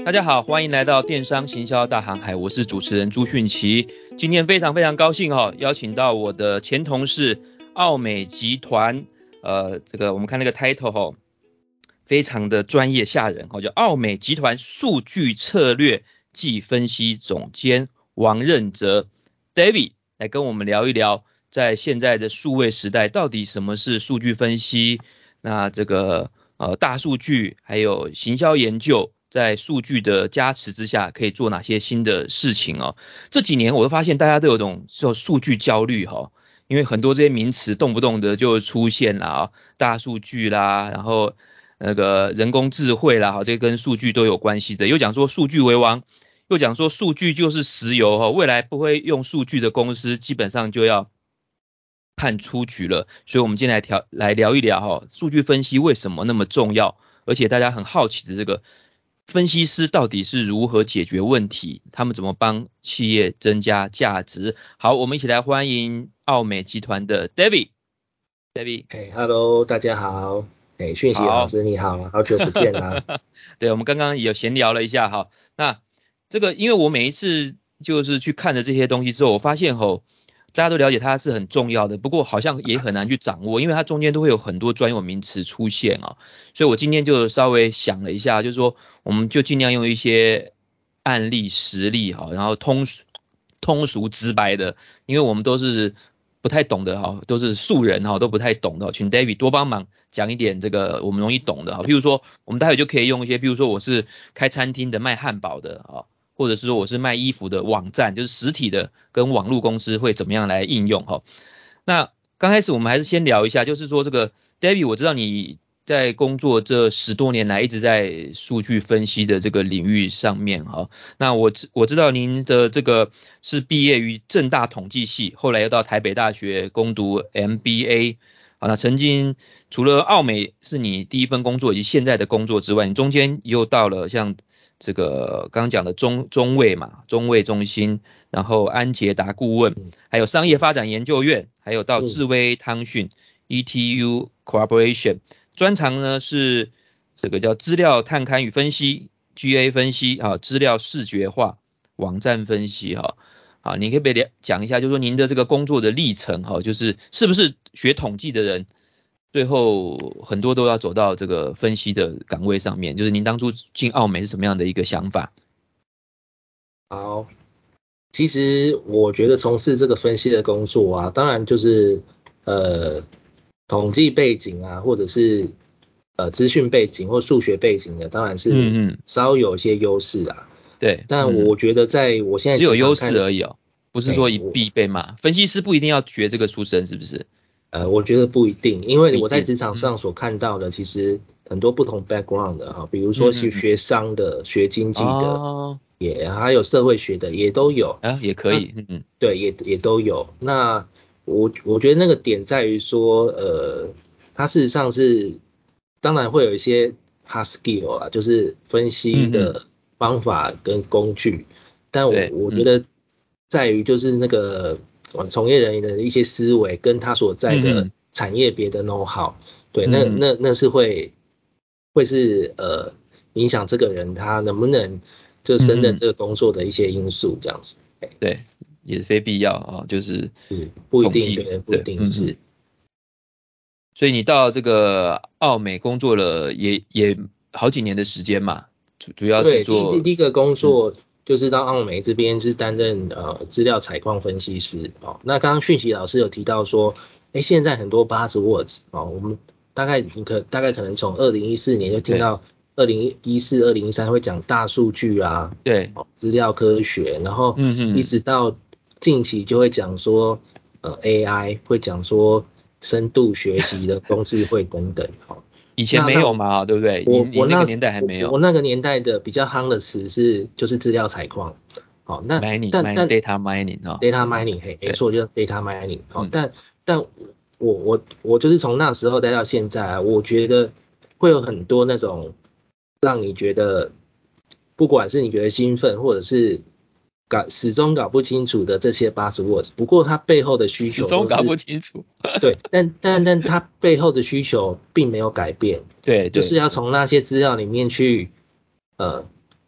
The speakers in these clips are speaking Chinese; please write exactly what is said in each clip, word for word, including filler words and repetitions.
大家好，欢迎来到电商行销大航海，我是主持人朱迅奇。今天非常非常高兴哈、哦，邀请到我的前同事奥美集团，呃，这个我们看那个 title 哈、哦，非常的专业吓人哈、哦，叫奥美集团数据策略暨分析总监王任哲 David 来跟我们聊一聊，在现在的数位时代，到底什么是数据分析？那这个呃大数据还有行销研究，在数据的加持之下，可以做哪些新的事情哦？这几年我都发现大家都有种叫数据焦虑哈、哦，因为很多这些名词动不动的就出现了啊，大数据啦，然后那个人工智慧啦，哈，这跟数据都有关系的。又讲说数据为王，又讲说数据就是石油哈，未来不会用数据的公司基本上就要判出局了。所以我们今天来调来聊一聊哈，数据分析为什么那么重要，而且大家很好奇的这个分析师到底是如何解决问题，他们怎么帮企业增加价值。好，我们一起来欢迎奥美集团的 David。David， 哎、h e l l o 大家好，哎、讯息老好， 师你好，好久不见啦。 对，我们刚刚也有闲聊了一下哈。那这个，因为我每一次就是去看了这些东西之后，我发现吼，大家都了解它是很重要的，不过好像也很难去掌握，因为它中间都会有很多专有名词出现啊。所以我今天就稍微想了一下，就是说，我们就尽量用一些案例实例哈，然后通通俗直白的，因为我们都是不太懂的哈，都是素人哈，都不太懂的，请 David 多帮忙讲一点这个我们容易懂的哈。譬如说，我们待会就可以用一些，譬如说我是开餐厅的卖汉堡的啊，或者是说我是卖衣服的网站，就是实体的跟网络公司会怎么样来应用哈。那刚开始我们还是先聊一下，就是说这个 David， 我知道你在工作这十多年来一直在数据分析的这个领域上面哈。那我知我知道您的这个是毕业于政大统计系，后来又到台北大学攻读 M B A。好，那曾经除了奥美是你第一份工作以及现在的工作之外，你中间又到了像这个刚刚讲的中中卫嘛，中卫中心，然后安捷达顾问，还有商业发展研究院，还有到智威汤讯 E T U Corporation， 专长呢是这个叫资料探勘与分析 G A 分析啊，资料视觉化网站分析哈。好，你可以不可以讲一下，就是说您的这个工作的历程哈，就是是不是学统计的人，最后很多都要走到这个分析的岗位上面，就是您当初进奥美是什么样的一个想法？ 好，其实我觉得从事这个分析的工作啊，当然就是呃统计背景啊，或者是呃资讯背景或数学背景的，当然是嗯嗯， 稍有一些优势啊。 对， 但嗯， 我觉得在我现在只有优职场看， 势而已哦，不是哎、 说一我必备嘛。分析师不一定要学这个出身，是不是？ 呃，我觉得不一定，因为我在不一定， 职场嗯上所看到的，其实很多不同 background 的哈，比如说嗯嗯嗯， 学学商的、学经济的， 哦， 也还有社会学的也都有。 啊也可那以，嗯嗯对，也也都有。那我我觉得那个点在于说，呃，它事实上是，当然会有一些 hard skill 啊，就是分析嗯嗯， 的方法跟工具，但我对，嗯我觉得在于就是那个呃从业人员的一些思维跟他所在的嗯嗯产业别的 know how，对，那嗯嗯， 那那是会会是呃影响这个人他能不能就胜任嗯嗯， 这个工作的一些因素，这样子。 对，也非必要啊、哦，就是不一定， 统计， 对，不一对，嗯嗯。 定是。 所以你到这个奥美工作了也也好几年的时间嘛，主主要是对，第第做， 第一个工嗯， 作就是到奥美这边是担任呃资料采矿分析师哦。那刚刚讯息老师有提到说，哎，现在很多 buzzwords 哦，我们大概你可大概可能从二零一四年就听对到二零一四、二零一三会讲大数据啊， 对， 哦，资料科学，然后嗯一嗯， 直到近期就会讲说呃 A I，会讲说深度学习的工智慧等等，哦。 以前那那我没有嘛，对不对？你我我那你那个年代还我没有我那个年代的比较夯的词是就是资料采矿，好，那 mining 但 mining 但 data mining 哦， data 对 mining 嘿没对， 错就是 data mining 好， 嗯但但我我我就是从那时候待到现在啊，我觉得会有很多那种让你觉得不管是你觉得兴奋或者是搞始终搞不清楚的这些 buzzwords，不过它背后的需始终搞求都是不清楚， 对，但但但它背后的需求并没有改变， 对对， 就是要从那些资料里面去呃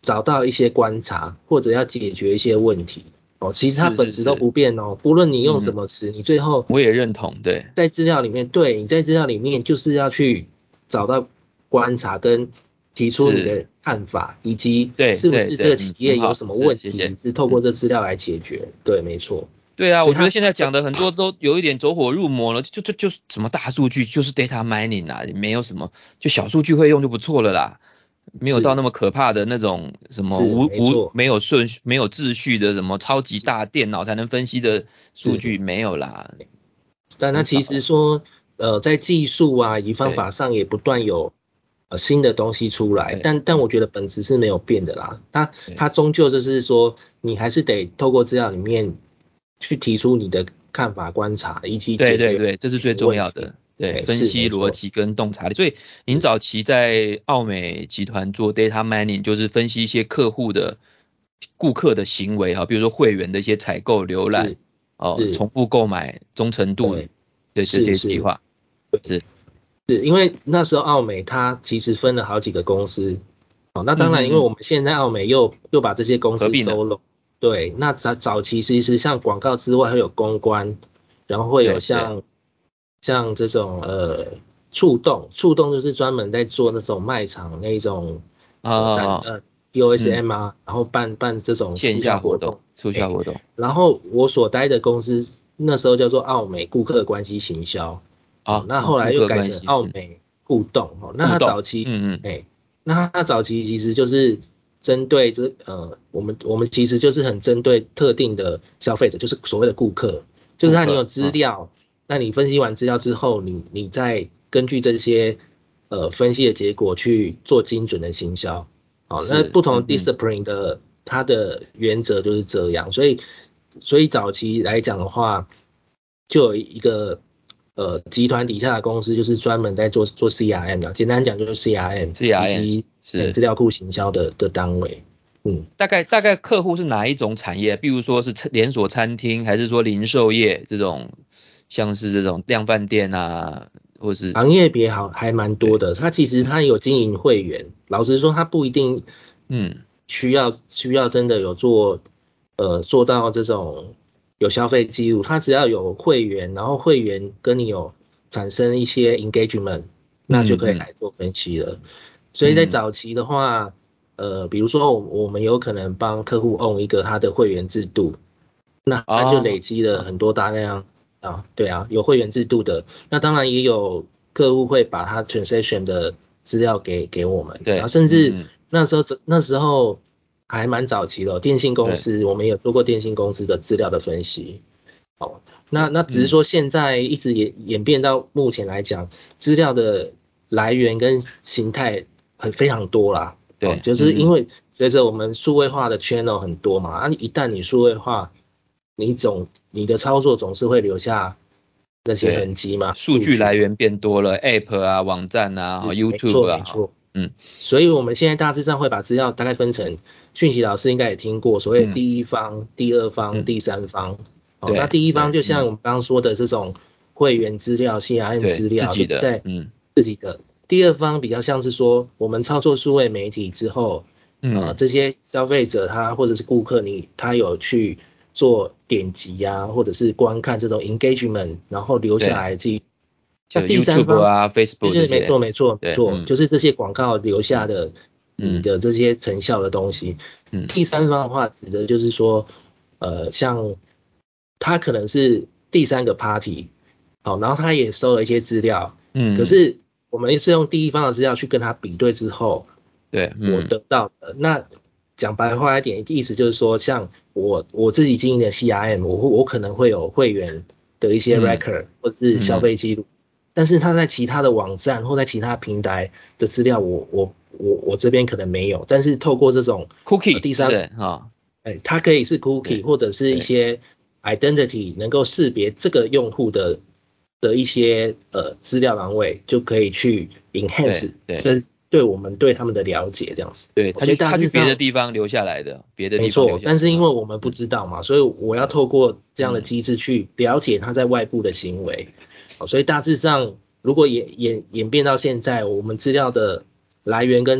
找到一些观察，或者要解决一些问题。哦，其实它本质都不变哦，不论你用什么词，嗯、你最后我也认同，对， 在资料里面，对，你在资料里面就是要去找到观察跟提出你的看法，以及是不是这个企业有什么问题， 嗯、谢谢是透过这资料来解决。嗯、对，没错。 对啊，我觉得现在讲的很多都有一点走火入魔了，就就就什么大数据就是 data mining 啊，没有什么，就小数据会用就不错了啦。没有到那么可怕的那种什么无无没有顺序没有秩序的什么超级大电脑才能分析的数据没有啦。 但它其实说呃在技术啊以及方法上也不断有呃新的东西出来，但但我觉得本质是没有变的啦。它它终究就是说你还是得透过资料里面去提出你的看法观察以及解决。 对对对，这是最重要的。对，分析逻辑跟洞察力。所以您早期在奥美集团做 data mining， 就是分析一些客户的顾客的行为哈，比如说会员的一些采购、浏览、哦、重复购买、忠诚度，对，对这些计划。是是，因为那时候奥美它其实分了好几个公司，哦，那当然因为我们现在奥美又又把这些公司收拢，对，那早早期其实像广告之外会有公关，然后会有像像这种呃触动，触动就是专门在做那种卖场那种呃展呃 P O S M 啊，然后办办这种线下活动，促销活动。 然后我所待的公司那时候叫做奥美顾客关系行销， 啊， 那后来又改成奥美互动，哦，那它早期， 嗯嗯， 哎，那它早期其实就是针对这呃我们我们其实就是很针对特定的消费者，就是所谓的顾客，就是他你有资料。那你分析完资料之后，你你再根据这些呃分析的结果去做精准的行销，好，那不同 discipline 的、嗯、它的原则就是这样，所以所以早期来讲的话，就有一个呃集团底下的公司就是专门在做做 C R M 的，简单讲就是 C R M， 以及是资料库行销的的单位。嗯， 大概大概客户是哪一种产业？比如说是连锁餐厅，还是说零售业这种？像是这种量贩店啊，或是行业别好还蛮多的。它其实它有经营会员，老实说，它不一定，嗯，需要需要真的有做，呃，做到这种有消费记录。它只要有会员，然后会员跟你有产生一些 engagement， 那就可以来做分析了。嗯、所以在早期的话，呃，比如说我我们有可能帮客户 own 一个他的会员制度，那他就累积了很多大量。啊，对啊，有会员制度的，那当然也有客户会把他 transaction 的资料给给我们，然后甚至那时候、嗯、那时候还蛮早期的，电信公司我们也有做过电信公司的资料的分析，哦，那那只是说现在一直演演变到目前来讲，资料的来源跟形态很非常多啦， 对、 哦，就是因为随着我们数位化的 channel 很多嘛，啊，一旦你数位化，你总你的操作总是会留下那些痕迹嘛， 数据来源变多了 ，App 啊、网站啊、YouTube 啊， 没错，嗯，所以我们现在大致上会把资料大概分成，讯息老师应该也听过，所谓第一方、嗯、第二方、嗯、第三方，哦，那第一方就像我们刚刚说的这种会员资料、C R M 资料， 自己的， 在嗯自己的，第二方比较像是说我们操作数位媒体之后，呃，这些消费者他或者是顾客你他有去做点击啊，或者是观看这种 engagement， 然后留下来记。 那第三方啊 ，Facebook 这些， 没错没错没错，就是这些广告留下的你的这些成效的东西。嗯，第三方的话，指的就是说，呃，像他可能是第三个 party， 好，然后他也收了一些资料，嗯，可是我们是用第一方的资料去跟他比对之后， 对， 嗯、我得到的那。讲白话一点，意思就是说，像我我自己经营的 C R M， 我我可能会有会员的一些 record、嗯、或者是消费记录、嗯，但是他在其他的网站或在其他平台的资料我，我我我我这边可能没有，但是透过这种 cookie、呃、 第三， 是啊， 哎，它可以是 cookie 或者是一些 identity 能够识别这个用户的的一些呃资料栏位，就可以去 enhance 这。对我们对他们的了解这样子， 对，他去他去别的地方留下来的，别的地方留下来的， 没错，但是因为我们不知道嘛、嗯，所以我要透过这样的机制去了解他在外部的行为，嗯、所以大致上如果演演演变到现在，我们资料的来源跟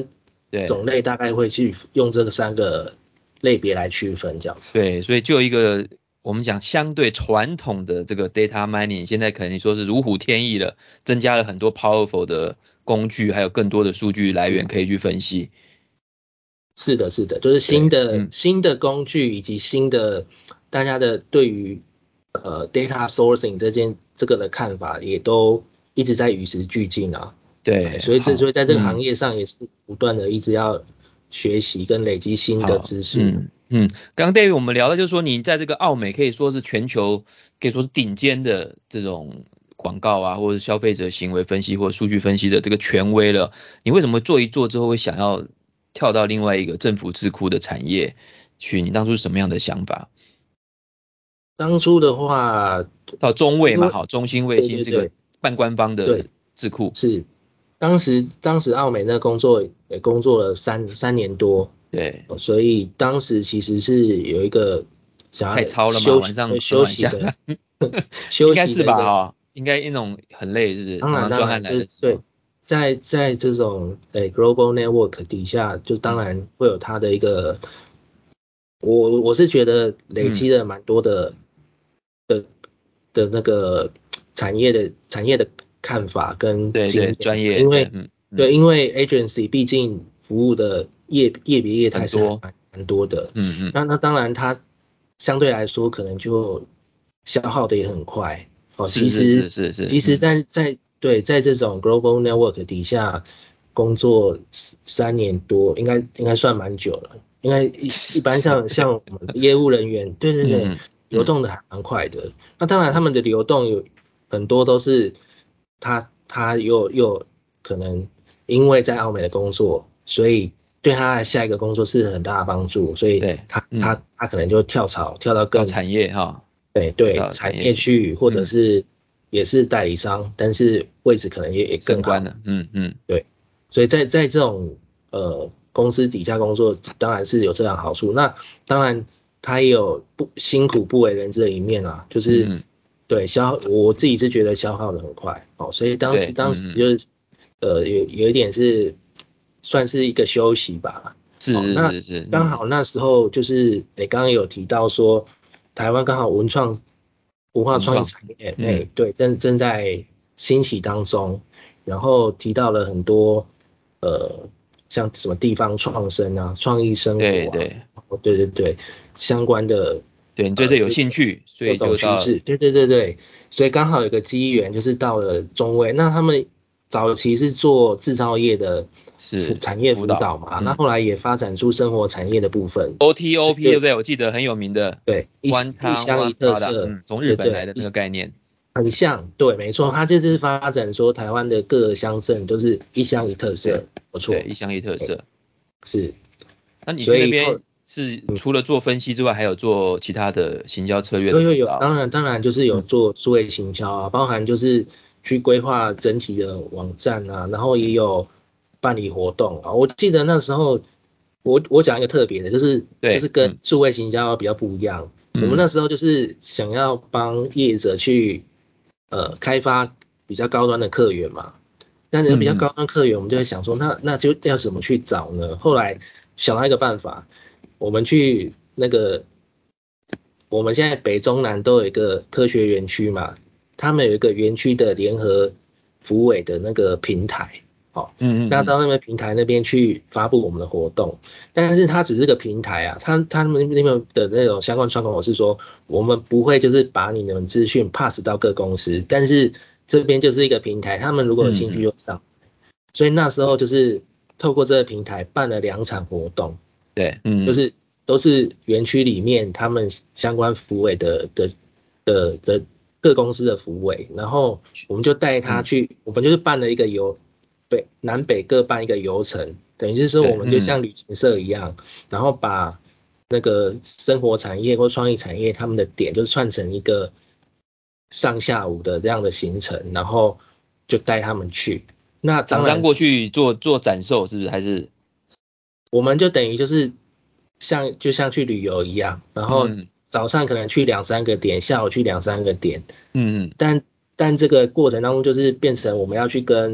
对种类大概会去用这个三个类别来区分这样子。 对，所以就一个我们讲相对传统的这个 data mining， 现在可能说是如虎添翼了，增加了很多 powerful 的工具，还有更多的数据来源可以去分析。 是的，是的，就是新的、 嗯、 新的工具以及新的大家的对于呃 data sourcing 这件这个的看法也都一直在与时俱进啊。 对， 所以这所以在这个行嗯、 业上也是不断的一直要学习跟累积新的好， 知识。 嗯嗯，刚刚 David 我们聊的就是说你在这个奥美可以说是全球可以说是顶尖的这种广告啊，或者是消费者行为分析或者数据分析的这个权威了。你为什么做一做之后会想要跳到另外一个政府智库的产业去？你当初是什么样的想法？ 当初的话， 到中卫嘛， 因为好，中兴卫星是个对对对半官方的对智库。 是，当时当时奥美那工作也工作了三三年多， 对， 所以当时其实是有一个想太要超了嘛， 休息晚上呃很晚下， 休息的应休该是吧， 息的一个。 哈，应该那种很累，是不是？ 当然， 常常专案当然，就是对， 来的时候， 在在这种诶 global network 底下，就当嗯然会有它的一个，我我是觉得累积嗯， 了蛮多的的的那个产业的产业的看法跟对对， 经验， 专业，对， 因为嗯嗯， 对，因为 agency 毕竟服务的业业别业态很多， 是还蛮蛮多的， 嗯嗯， 那那当然它相对来说可能就消耗的也很快。哦，其是是是实是是， 其实嗯， 在，在对在这种 global network 底下工作三年多，应该应该算蛮久了。应该一一般是， 像像我们业务人员，对对对， 嗯嗯嗯， 流动的还蛮快的。那当然他是， 们的流动有很多都是他他又又可能因为在澳美的工作，所以对他的下一个工作是很大的帮助，所以对， 他嗯， 他他可能就跳槽跳到更到产业哈， 对就到对产产业去， 业去，或者嗯， 是也是代理商，但是位置可能也也更好。 升官了，嗯嗯， 对，所以在在这种呃公司底下工作，当然是有这样好处。那当然他也有不辛苦不为人知的一面啊，就是嗯嗯， 对消我自己是觉得消耗的很快哦，所以当时对， 当时嗯嗯， 就是呃有有一点是算是一个休息吧。哦，那是是是是，嗯， 刚好那时候就是诶刚刚有提到说台湾刚好文创文化文创， 创意产业，哎嗯， 对正正在兴起当中。然后提到了很多呃，像什么地方创生啊、创意生活啊， 对对哦对对对，相关的对，你对这有呃这个兴趣，所各以就到， 种趋势，对对对对，所以刚好有个机缘，就是到了中卫，那他们早期是做制造业的辅是产业辅导， 辅导嘛，那嗯。 后来也发展出生活产业的部分， O T O 所以 P 对就不对？我记得很有名的对一 One 一 Town 乡 One 一特 Product， 色， 嗯，从日对对， 本来的那个概念。 很像，对，没错，它就是发展说台湾的各个乡镇都是一乡一特对色，不对， 错， 一乡一特对， 色。 是， 那你所以后去那边是除了做分析之外，还有做其他的行销策略的有有有， 辅导？ 当然当然就是有嗯做数位行销啊，包含就是去规划整体的网站啊，然后也有办理活动啊。我记得那时候我我讲一个特别的，就是就是对， 跟嗯数位行销比较不一样，我们嗯那时候就是想要帮业者去呃开发比较高端的客源嘛。但是比较嗯嗯， 高端客源，我们就会想说，那那就要怎么去找呢？后来想到一个办法，我们去那个，我们现在北中南都有一个科学园区嘛，他们有一个园区的联合服委的那个平台，好、 嗯嗯嗯， 那到那个平台那边去发布我们的活动，但是它只是个平台啊，它他们那边的那种相关窗口，我是说，我们不会就是把你们资讯 pass 到各公司，但是这边就是一个平台，他们如果有兴趣嗯嗯， 就上。所以那时候就是透过这个平台办了两场活动， 对，嗯嗯就是都是园区里面他们相关服委的的的的各公司的服委，然后我们就带他嗯， 去，我们就是办了一个游北南北各办一个游程，等于是说我对， 们就嗯像旅行社一样，然后把那个生活产业或创意产业他们的点就是串成一个上下午的这样的行程，然后就带他们去。那当然， 厂商过去做做展售是不是？还是我们就等于就是像就像去旅游一样，然后嗯早上可能去两三个点，下午去两三个点， 嗯嗯但但这个过程当中就是变成我们要去跟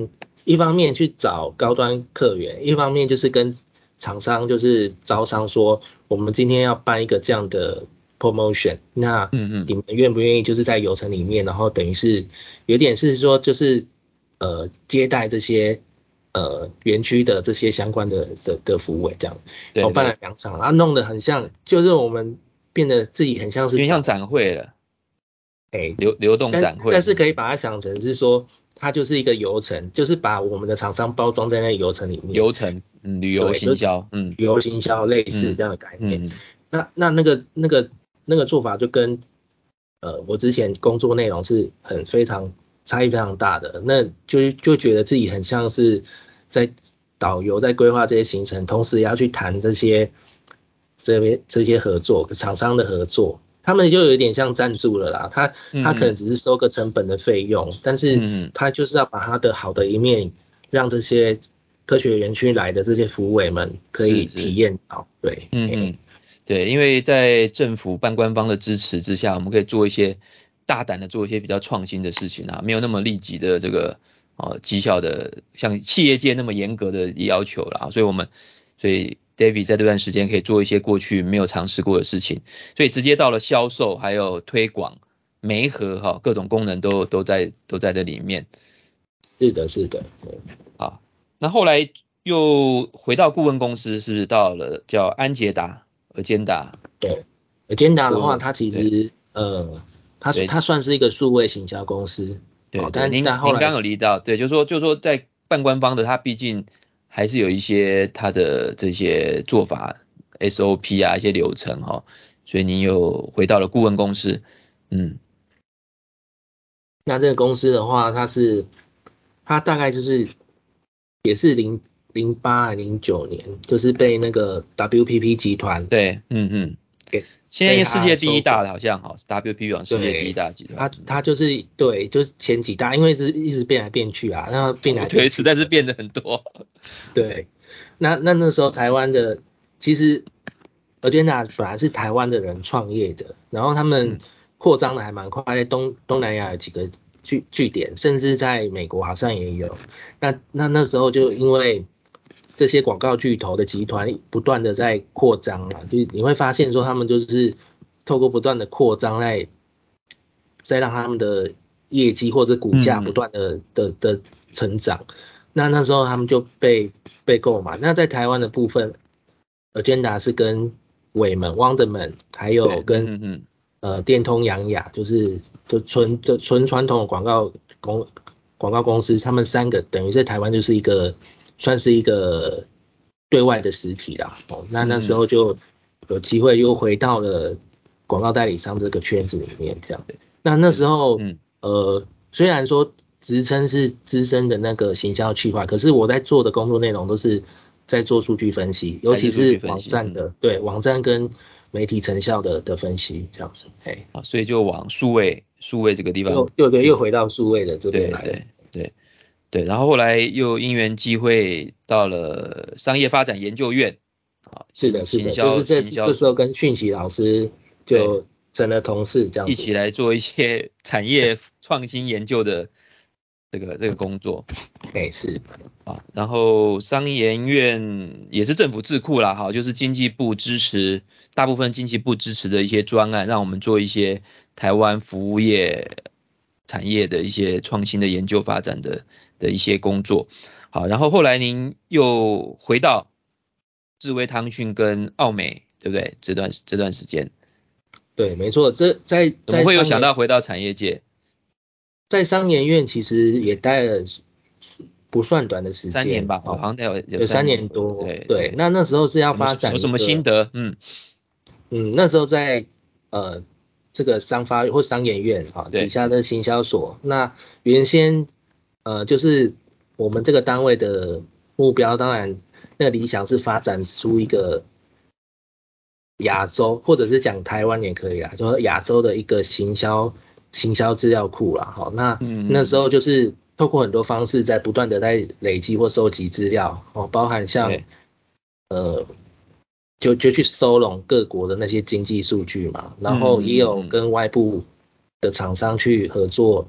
一方面去找高端客源，一方面就是跟厂商就是招商说，我们今天要办一个这样的 promotion，那嗯嗯， 你们愿不愿意就是在游程里面，然后等于是有点是说就是呃接待这些呃园区的这些相关的的的服务这样，我办对对， 了两场，然后弄得很像，就是我们变得自己很像是因为像导， 展会了， 哎， 流流动但展会， 但是可以把它想成是说，它就是一个游程，就是把我们的厂商包装在那个游程里面， 游程，嗯，旅游对，就行销，嗯旅游行销类似嗯这样的概念。 嗯， 那那那个那个那个做法就跟呃我之前工作内容是很非常差异非常大的，那就就觉得自己很像是在导游在规划这些行程，同时也要去谈这些这边这些合作厂商的合作。他们就有点像赞助了啦，他他可能嗯嗯只是收个成本的费用，但是嗯嗯， 他就是要把他的好的一面让这些科学园区来的这些服委们可以体是是， 验到，对，嘿嗯嗯，对，因为在政府半官方的支持之下，我们可以做一些大胆的做一些比较创新的事情啊，没有那么立即的这个呃绩效的，像企业界那么严格的要求啦，所以我们所以 David 在这段时间可以做一些过去没有尝试过的事情，所以直接到了销售还有推广、媒合哈，各种功能都都在都在这里面。 是的，是的，对啊，那后来又回到顾问公司，是不是到了叫安捷达、尔坚达对。Agenda 的话， 顾问公？ 它其对实呃，它对它算是一个数位行销公司，哦， 对对， 但您您刚但后来刚有提到，对，就是说就是说在半官方的，它毕竟还是有一些它的这些做法 S O P 啊，一些流程哈、所以你又回到了顾问公司，嗯， 那这个公司的话，它是它大概就是也是零零八零九年，就是被那个 W P P 集团对，嗯嗯， 给现在因为世被它界第一大收购。 的好像哈，是 W P P 网世界第一对， 大集团， 它它就是对，就是前几大，因为是一直变来变去啊，然后变来对， 变去。 实在是变得很多， 对，那那那时候台湾的其实 Agenda 本来是台湾的人创业的，然后他们嗯扩张的还蛮快，在东东南亚有几个据据点，甚至在美国好像也有。那那那时候就因为这些广告巨头的集团不断的在扩张嘛，就你会发现说他们就是透过不断的扩张在再让他们的业绩或者股价不嗯断的的的成长。那那时候他们就被被购买。那在台湾的部分，Agenda 是跟伟门、Wonderman 还有对，嗯跟嗯嗯。 呃电通、洋雅，就是就纯就纯传统的广告公广告公司，他们三个等于在台湾就是一个算是一个对外的实体啦。哦，那那时嗯嗯， 候就有机会又回到了广告代理商这个圈子里面，这样。那那就是时候嗯， 呃，虽然说职称是资深的那个行销企划，可是我在做的工作内容都是在做数据分析，尤还是数据其是分析，嗯， 网站的，对，网站跟媒体成效的的分析这样子。哎， 啊，所以就往数位数位这个地方又又对，又去， 回到数位的这边来了。 对对对对，然后后来又因缘机会到了商业发展研究院，啊，行是的，是的，就行销是这行销组， 这时候跟讯息老师对， 就成了同事这样一子。 起来做一些产业创新研究的这个这个工作。 哎，是， 啊，然后商研院也是政府智库啦，哈，就是经济部支持，大部分经济部支持的一些专案，让我们做一些台湾服务业产业的一些创新的研究发展的的一些工作。好，然后后来您又回到智威汤讯跟奥美，对不对？这段这段时间， 对，没错，这在怎么会有想在商研到回到产业界？ 在商研院其实也待了不算短的时间， 三年吧，我哦， 好像有有有三三年左右， 年多。对， 对对。 那那时候是要有没发有有什么心展一个， 得？嗯， 嗯，那时候在呃这个商发或商研院啊底对， 下的行销所，那原先呃就是我们这个单位的目标，当然那个理想是发展出一个亚洲，或者是讲台湾也可以啦，就是亚洲的一个行销行销资料库啦。好，那那时嗯嗯嗯， 候就是透过很多方式在不断的在累积或收集资料，哦，包含像对， 呃就就去收拢各国的那些经济数据嘛，然嗯后也嗯嗯嗯， 有跟外部的厂商去合作，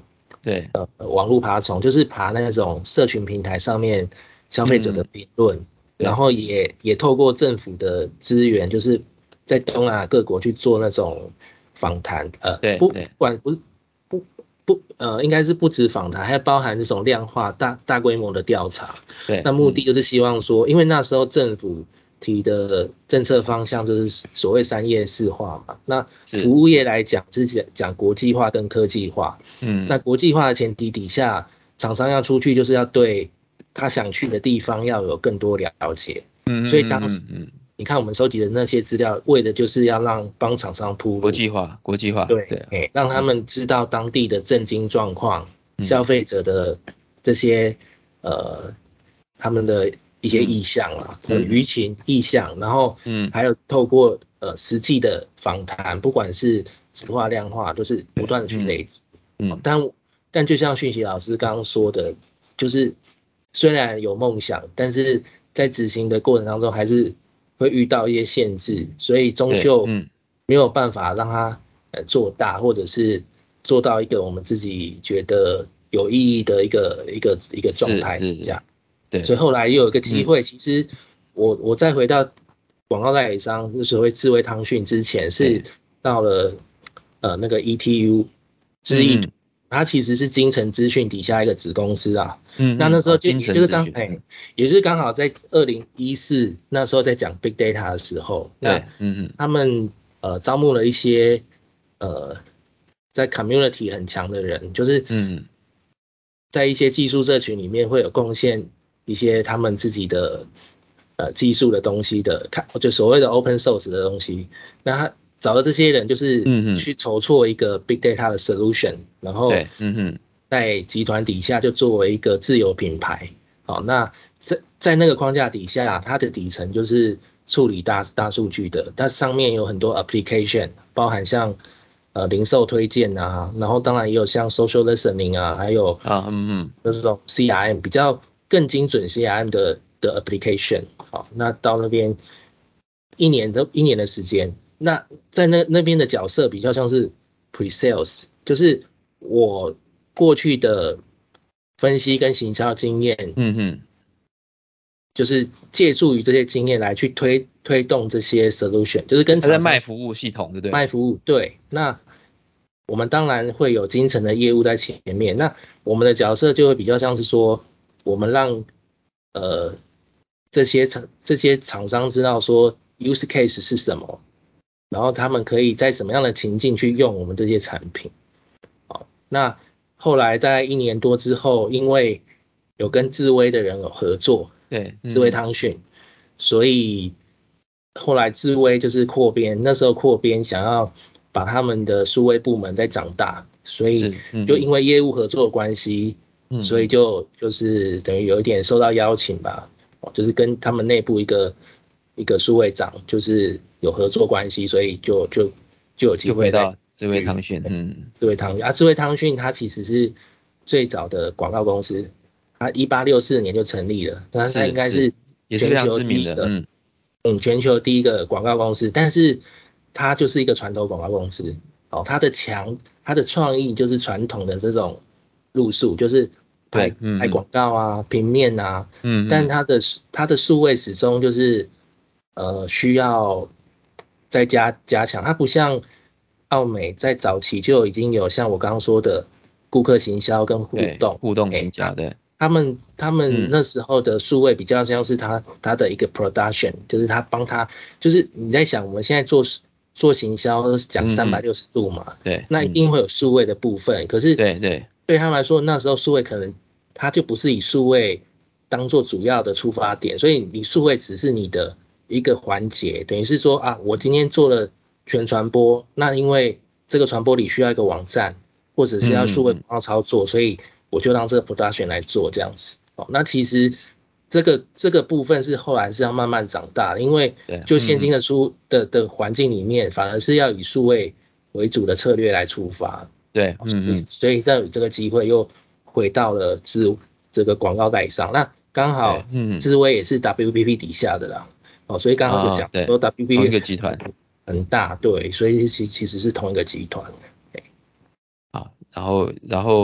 对， 呃网络爬虫，就是爬那种社群平台上面消费者的嗯， 评论， 对然后也也透过政府的资源，就是在东南亚各国去做那种访谈，呃，不不对对管不是不不呃，应该是不止访谈，还包含这种量化大大规模的调查。 对， 那目的嗯， 就是希望说，因为那时候政府提的政策方向就是所谓三业四化嘛。那是， 服务业来讲是讲讲国际化跟科技化。那嗯国际化的前提底下，厂商要出去就是要对他想去的地方要有更多了解。所以嗯嗯当时嗯嗯嗯， 你看我们收集的那些资料，为的就是要让帮厂商铺路。 国际化，国际化， 对， 对啊， 哎，让他嗯们知道当地的政经状况，消嗯费者的这些呃他们的一些嗯意向啊，可能嗯舆情意向，然后嗯， 还有透过呃实际的访谈，不管是质化量化，都是不对， 断的去累嗯积。哦嗯， 但但就像讯息老师刚刚说的，就是虽然有梦想，但是在执行的过程当中还是会遇到一些限制，所以终对， 究嗯没有办法让它呃做大，或者是做到一个我们自己觉得有意义的一个一个一个状是态是是， 这样。 对， 所以后来又有一个机嗯会，其实我我再回到广告代理商，就所谓智慧汤讯之前，是对， 到了呃那个 E T U 智易， 嗯嗯它其实是精诚资讯底下一个子公司啊。那嗯嗯，哦， 那时候就精也就是诚资讯，嗯， 刚哎，也就是刚好在二零一四那时候在讲 Big Data 的时候，那对，嗯嗯他们呃招募了一些呃在 community 很强的人，就是嗯在一些技术社群里面会有贡献一些他们自己的呃技术的东西的，看就所谓的 open source 的东西。那他找的这些人就是嗯嗯， 去筹措一个 big data 的 solution，然后对，嗯嗯在集团底下就作为一个自有品牌。好，那在在那个框架底下，它的底层就是处理大大数据的，它上面有很多 application，包含像呃零售推荐啊，然后当然也有像 social listening 啊，还有啊，嗯嗯这种 C R M 比较更精准 C R M 的的 application。好，那到那边一年的一年的时间，那在那那边的角色比较像是 pre sales，就是我过去的分析跟行销经验， 嗯嗯， 就是借助于这些经验来去推推动这些 solution，就是跟他在厂商卖服务系统，对不对了？ 卖服务。对，那我们当然会有精诚的业务在前面，那我们的角色就会比较像是说，我们让呃这些厂这些厂商知道说 use case 是什么，然后他们可以在什么样的情境去用我们这些产品。好，那后来在一年多之后，因为有跟智威的人有合作， 对， 智威嗯嗯， 汤讯，所以后来智威就是扩编，那时候扩编想要把他们的数位部门再长大，所以是，嗯嗯就因为业务合作的关系，所以嗯嗯， 就就是等于有一点受到邀请吧，就是跟他们内部一个一个数位长就是有合作关系，所以就就就有机就回会再到智慧去汤讯，嗯， 智慧汤讯啊，智慧汤讯它其实是最早的广告公司，它一八六四年就成立了，但是它应是是， 该是也是非全球常知名的， 第一个， 嗯嗯，全球第一个广告公司，但是它就是一个传统广告公司，哦，它的强，它的创意就是传统的这种路数，就是拍对，嗯嗯拍广告啊、平面啊，但嗯嗯， 它的它的数位始终就是呃需要再加加强，它不像奥美在早期就已经有像我刚刚说的顾客行销跟互对， 动， 互动哎， 行销，对， 他们他们嗯那时候的数位比较像是他他的一个 production，就是他帮他，就是你在想我们现在做做行销都是讲嗯嗯， 三百六十度嘛， 对， 那一嗯定会有数位的部分，可是对对， 对他们来说那时候数位可能它就不是以数位当做主要的出发点，所以你数位只是你的一个环节，等于是说啊，我今天做了全传播，那因为这个传播里需要一个网站。或者是要数位嗯嗯嗯， 广告操作，所以我就让这个 production 来做这样子。哦，那其实这个这个部分是后来是要慢慢长大的，因为对， 就现今嗯嗯的书的的环境里面，反而是要以数位为主的策略来出发。 对， 所以嗯嗯所以再有这个机会又回到了智这个广告代理商，那刚对， 好嗯嗯智威也是 W P P 底下的啦。哦，所以刚刚就啊， 讲说对，同一 W P P 个集团。 很大，对，所以其其实是同一个集团。 好，然后然后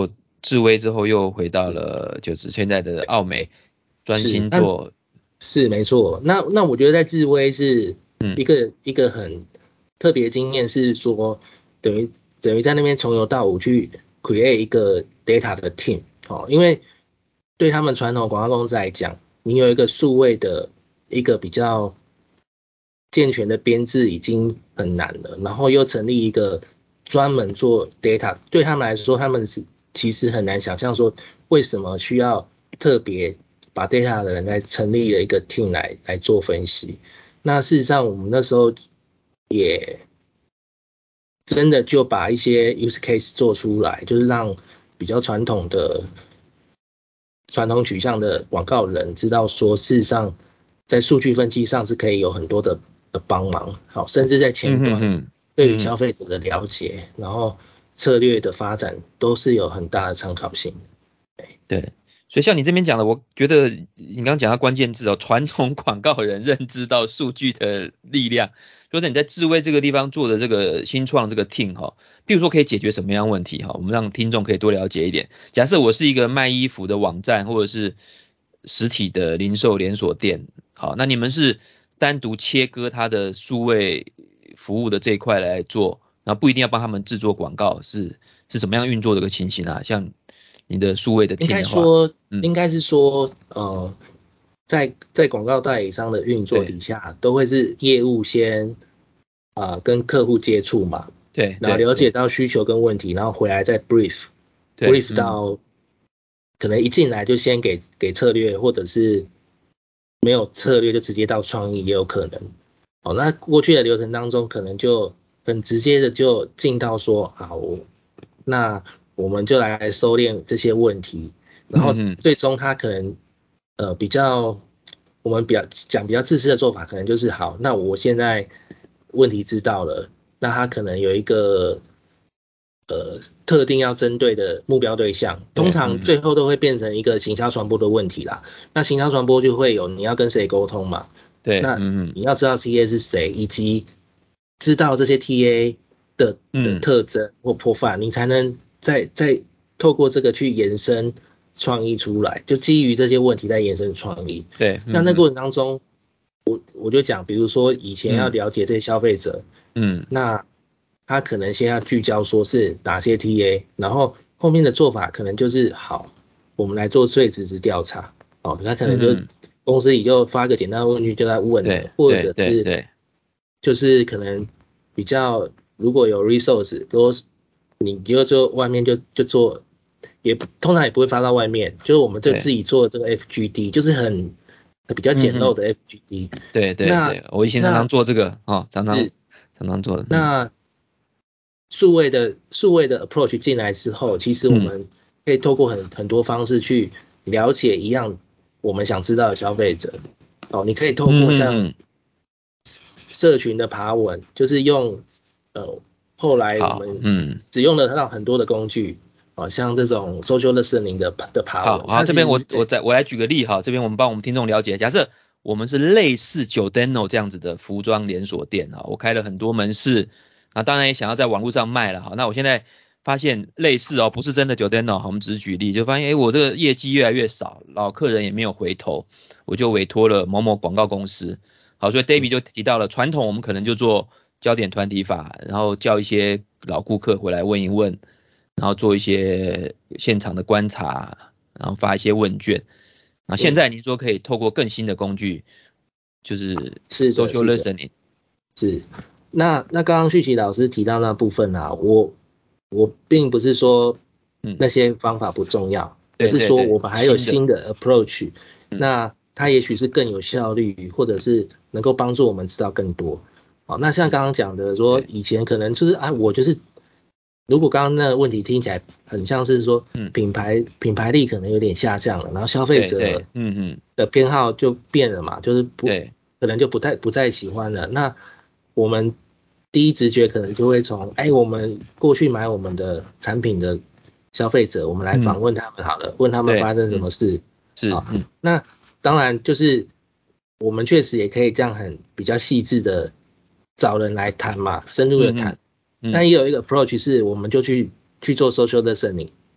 智威之后又回到了就是现在的奥美，专心做。 是没错。那那我觉得在智威是一个、嗯、一个很特别经验，是说等于等于在那边从头到尾去 create 一个 data 的 team。哦，因为对他们传统广告公司来讲，你有一个数位的一个比较健全的编制已经很难了，然后又成立一个专门做 data， 对他们来说，他们是其实很难想象说为什么需要特别把 data 的人来成立了一个 team 来来做分析。那事实上，我们那时候也真的就把一些 use case 做出来，就是让比较传统的传统取向的广告人知道说，事实上在数据分析上是可以有很多的的帮忙，好，甚至在前端对于消费者的了解，嗯、然后策略的发展都是有很大的参考性。 对。对，所以像你这边讲的，我觉得你刚刚讲到关键字哦，传统广告人认知到数据的力量，就是你在智威这个地方做的这个新创这个 team 哈，比如说可以解决什么样问题哈，我们让听众可以多了解一点。假设我是一个卖衣服的网站或者是实体的零售连锁店，好，那你们是单独切割它的数位服务的这一块来做，然后不一定要帮他们制作广告，是是什么样运作的一个情形啊？像你的数位的 team 的话，应该说，嗯、应该是说，呃，在在广告代理商的运作底下，都会是业务先啊、呃、跟客户接触嘛， 对， 然后了解到需求跟问题，然后回来再 brief brief 到、嗯、可能一进来就先给给策略，或者是没有策略就直接到创意也有可能。哦，那过去的流程当中，可能就很直接的就进到说，好，那我们就来收敛这些问题，然后最终他可能呃比较我们比较讲比较自私的做法，可能就是好，那我现在问题知道了，那他可能有一个呃特定要针对的目标对象，通常最后都会变成一个行销传播的问题啦。那行销传播就会有你要跟谁沟通嘛， 对， 那你要知道 T A 是谁，以及知道这些 T A 的的特征或 profile，你才能再再透过这个去延伸创意出来，就基于这些问题再延伸创意。 对， 那那过程当中，我我就讲，比如说以前要了解这些消费者，嗯，那他可能先要聚焦说是哪些 T A， 然后后面的做法可能就是好，我们来做最直值调查，哦，他可能就公司里就发个简单的问句就在问了，或者是就是可能比较如果有 resource， 多你就做外面就就做，也通常也不会发到外面，就是我们就自己做这个 F G D， 就是很比较简陋的 F G D。 嗯、对对对，我以前常常做这个哦，常常常常做的。 那数位的数位的 approach 进来之后，其实我们可以透过很很多方式去了解一样我们想知道的消费者。哦，你可以透过像社群的爬文，就是用呃后来我们使用了到很多的工具，哦，像这种 social listening 的的爬文。 好，好，这边我我再我来举个例哈，这边我们帮我们听众了解，假设我们是类似 Giordano 这样子的服装连锁店哈，我开了很多门市，啊，当然也想要在网络上卖了哈，那我现在发现类似哦，不是真的 Giordano， 我们只是举例，就发现哎，我这个业绩越来越少，老客人也没有回头，我就委托了某某广告公司。好，所以 David 就提到了传统，我们可能就做焦点团体法，然后叫一些老顾客回来问一问，然后做一些现场的观察，然后发一些问卷。啊，现在您说可以透过更新的工具，就是 social listening。 是，那那刚刚旭奇老师提到那部分啊，我我并不是说那些方法不重要，而、嗯、是说我们还有新的 approach，、嗯、那它也许是更有效率，或者是能够帮助我们知道更多。好，那像刚刚讲的说，以前可能就是啊，我就是如果刚刚那个问题听起来很像是说，品牌、嗯、品牌力可能有点下降了，然后消费者嗯嗯的偏好就变了嘛，就是不可能就不太不再喜欢了。那我们第一直觉可能就会从，哎，我们过去买我们的产品的消费者，我们来访问他们好了，嗯、问他们发生什么事。 是啊、嗯， 那当然就是我们确实也可以这样很比较细致的找人来谈嘛，深入的谈。嗯嗯嗯、但也有一个 approach 是，我们就去去做 social listening。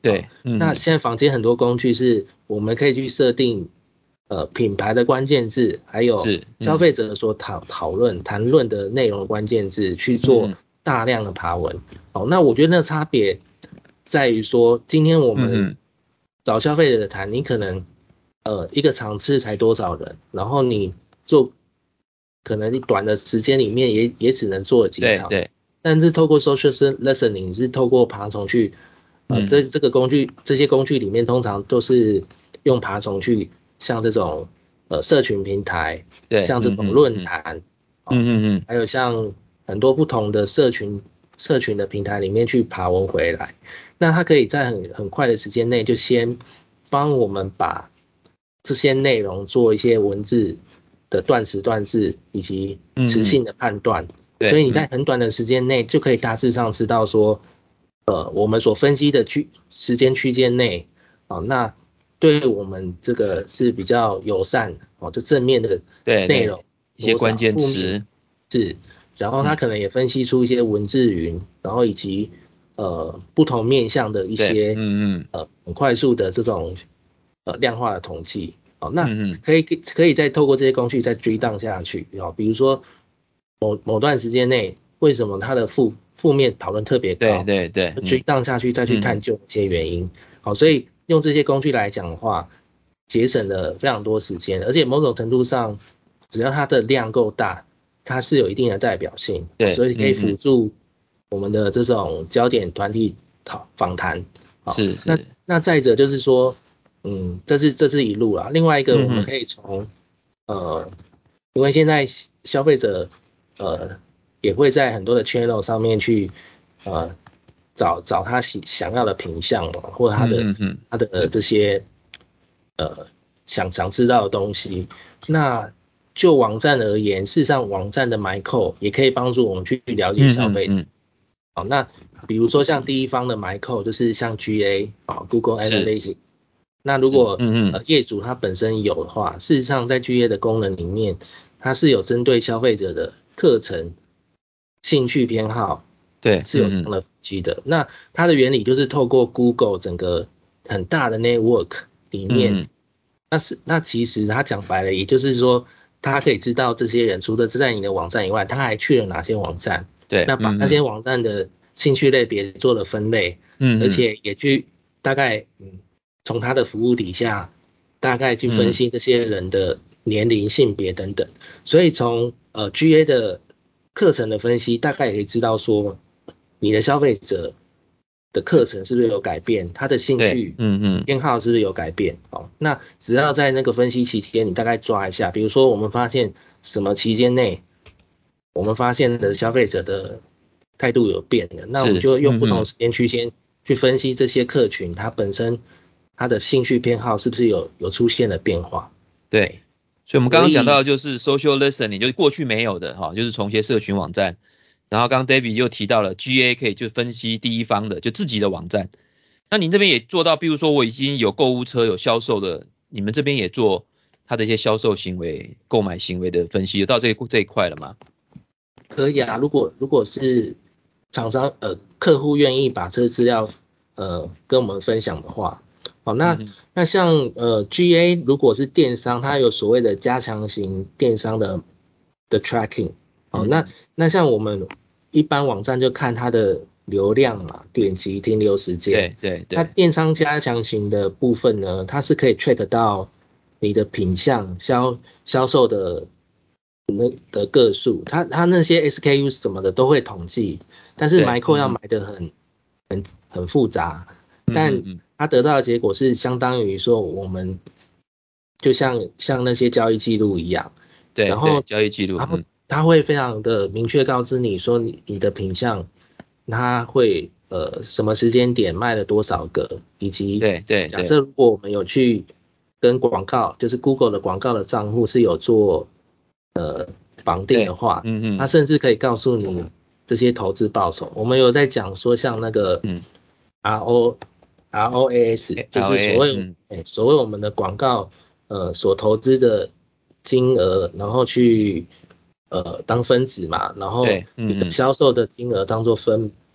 对，嗯， 那现在坊间很多工具是我们可以去设定呃品牌的关键字，还有是，嗯消费者所讨讨论谈论的内容关键字去做嗯大量的爬文。好，那我觉得那个差别在于说，今天我们嗯找消费者谈，你可能呃一个场次才多少人，然后你做可能你短的时间里面也也只能做几场， 对对， 但是透过 social listening 是透过爬虫去呃， 嗯这这个工具，这些工具里面通常都是用爬虫去，像这种呃社群平台， 对， 像这种嗯嗯嗯论坛，哦， 嗯嗯嗯， 还有像很多不同的社群社群的平台里面去爬文回来，那它可以在很很快的时间内就先帮我们把这些内容做一些文字的断词断字以及嗯嗯， 词性的判断，所对， 以你在嗯很短的时间内就可以大致上知道说。呃，我们所分析的区时间区间内，啊、那对我们这个是比较友善哦，就正面的对对， 内容一些多少， 关键负面词， 是，然后他嗯， 可能也分析出一些文字云，然后以及呃不同面向的一对， 些嗯嗯呃很快速的这种呃量化的统计，哦，那嗯嗯， 可以可以再透过这些工具再追档下去，哦，比如说某某段时间内为什么它的负负面讨论特别对高， 对对， 追嗯档下去再去嗯嗯， 探究一些原因。好，所以用这些工具来讲的话，节省了非常多时间，而且某种程度上，只要它的量够大，它是有一定的代表性， 对， 所以可以嗯嗯， 辅助我们的这种焦点团体讨访谈。好，那是是， 那再者就是说，嗯，这是这是一路啦。另外一个，我嗯嗯， 们可以从呃，因为现在消费者呃也会在很多的 channel 上面去呃找找他喜想要的品相嘛，或者他的嗯嗯嗯， 他的这些呃想想知道的东西。那就网站而言，事实上网站的埋扣也可以帮助我们去了解嗯消费者。 嗯嗯， 好，那比如说像第一方的埋扣，就是像 G A 啊，Google 是 Analytics。那如是， 果嗯嗯， 呃业主他本身有的话，事实上在 G A 的功能里面，它是有针对消费者的课程、兴趣偏好对， 是有这嗯嗯样的分析的。那它的原理就是透过 Google 整个很大的 network 里面， 嗯嗯， 那是那其实它讲白了，也就是说，它可以知道这些人除了是在你的网站以外，他还去了哪些网站， 对， 那把嗯嗯那些网站的兴趣类别做了分类，而嗯嗯， 且也去大概嗯从他的服务底下大概去分嗯析这些人的年龄、性别等等，所以从呃 G A 的课程的分析，大概也可以知道说你的消费者的课程是不是有改变，他的兴对， 趣嗯嗯， 偏好是不是有改变？哦，那只要在那个分析期间，你大概抓一下，比如说我们发现什么期间内，我们发现的消费者的态度有变的，那我们是， 就用嗯嗯， 不同时间区间去分析这些客群，它本身它的兴趣偏好是不是有有出现了变化？ 对。 哎， 所以我们刚刚讲到所以的就是 social listening，就是过去没有的哈，就是从一些社群网站，然后刚刚 David 又提到了 G A 可以就分析第一方的，就自己的网站。那您这边也做到，比如说我已经有购物车有销售的，你们这边也做它的一些销售行为、购买行为的分析，有到这一这一块了吗？ 可以啊，如果如果是厂商呃客户愿意把这个资料呃跟我们分享的话，好，那嗯哼， 那像呃 G A 如果是电商，它有所谓的加强型电商的的 tracking，好，那嗯哼， 那像我们一般网站就看它的流量嘛，点击停留时间， 对对对那电商加强型的部分呢，它是可以 track 到你的品项销销售的的个数，它它那些 S K U 什么的都会统计，但是埋对， 扣要嗯哼， 埋得很很很复杂，但嗯哼嗯， 它得到的结果是相当于说我们就像像那些交易记录一样，然对对， 后交易记录， 然后嗯， 它会非常的明确告知你说你你的品项它会呃什么时间点卖了多少个，以及对对对假设如果我们有去跟广告，就是 Google 的广告的账户是有做呃绑定的对， 话， 嗯哼， 它甚至可以告诉你这些投资报酬。我们有在讲说像那个嗯 R O R O A S，就 ，L 是所 A， 谓嗯， 哎所谓我们的广告呃所投资的金额，然后去呃当分子嘛，然后对， 你的嗯嗯， 销售的金额当做分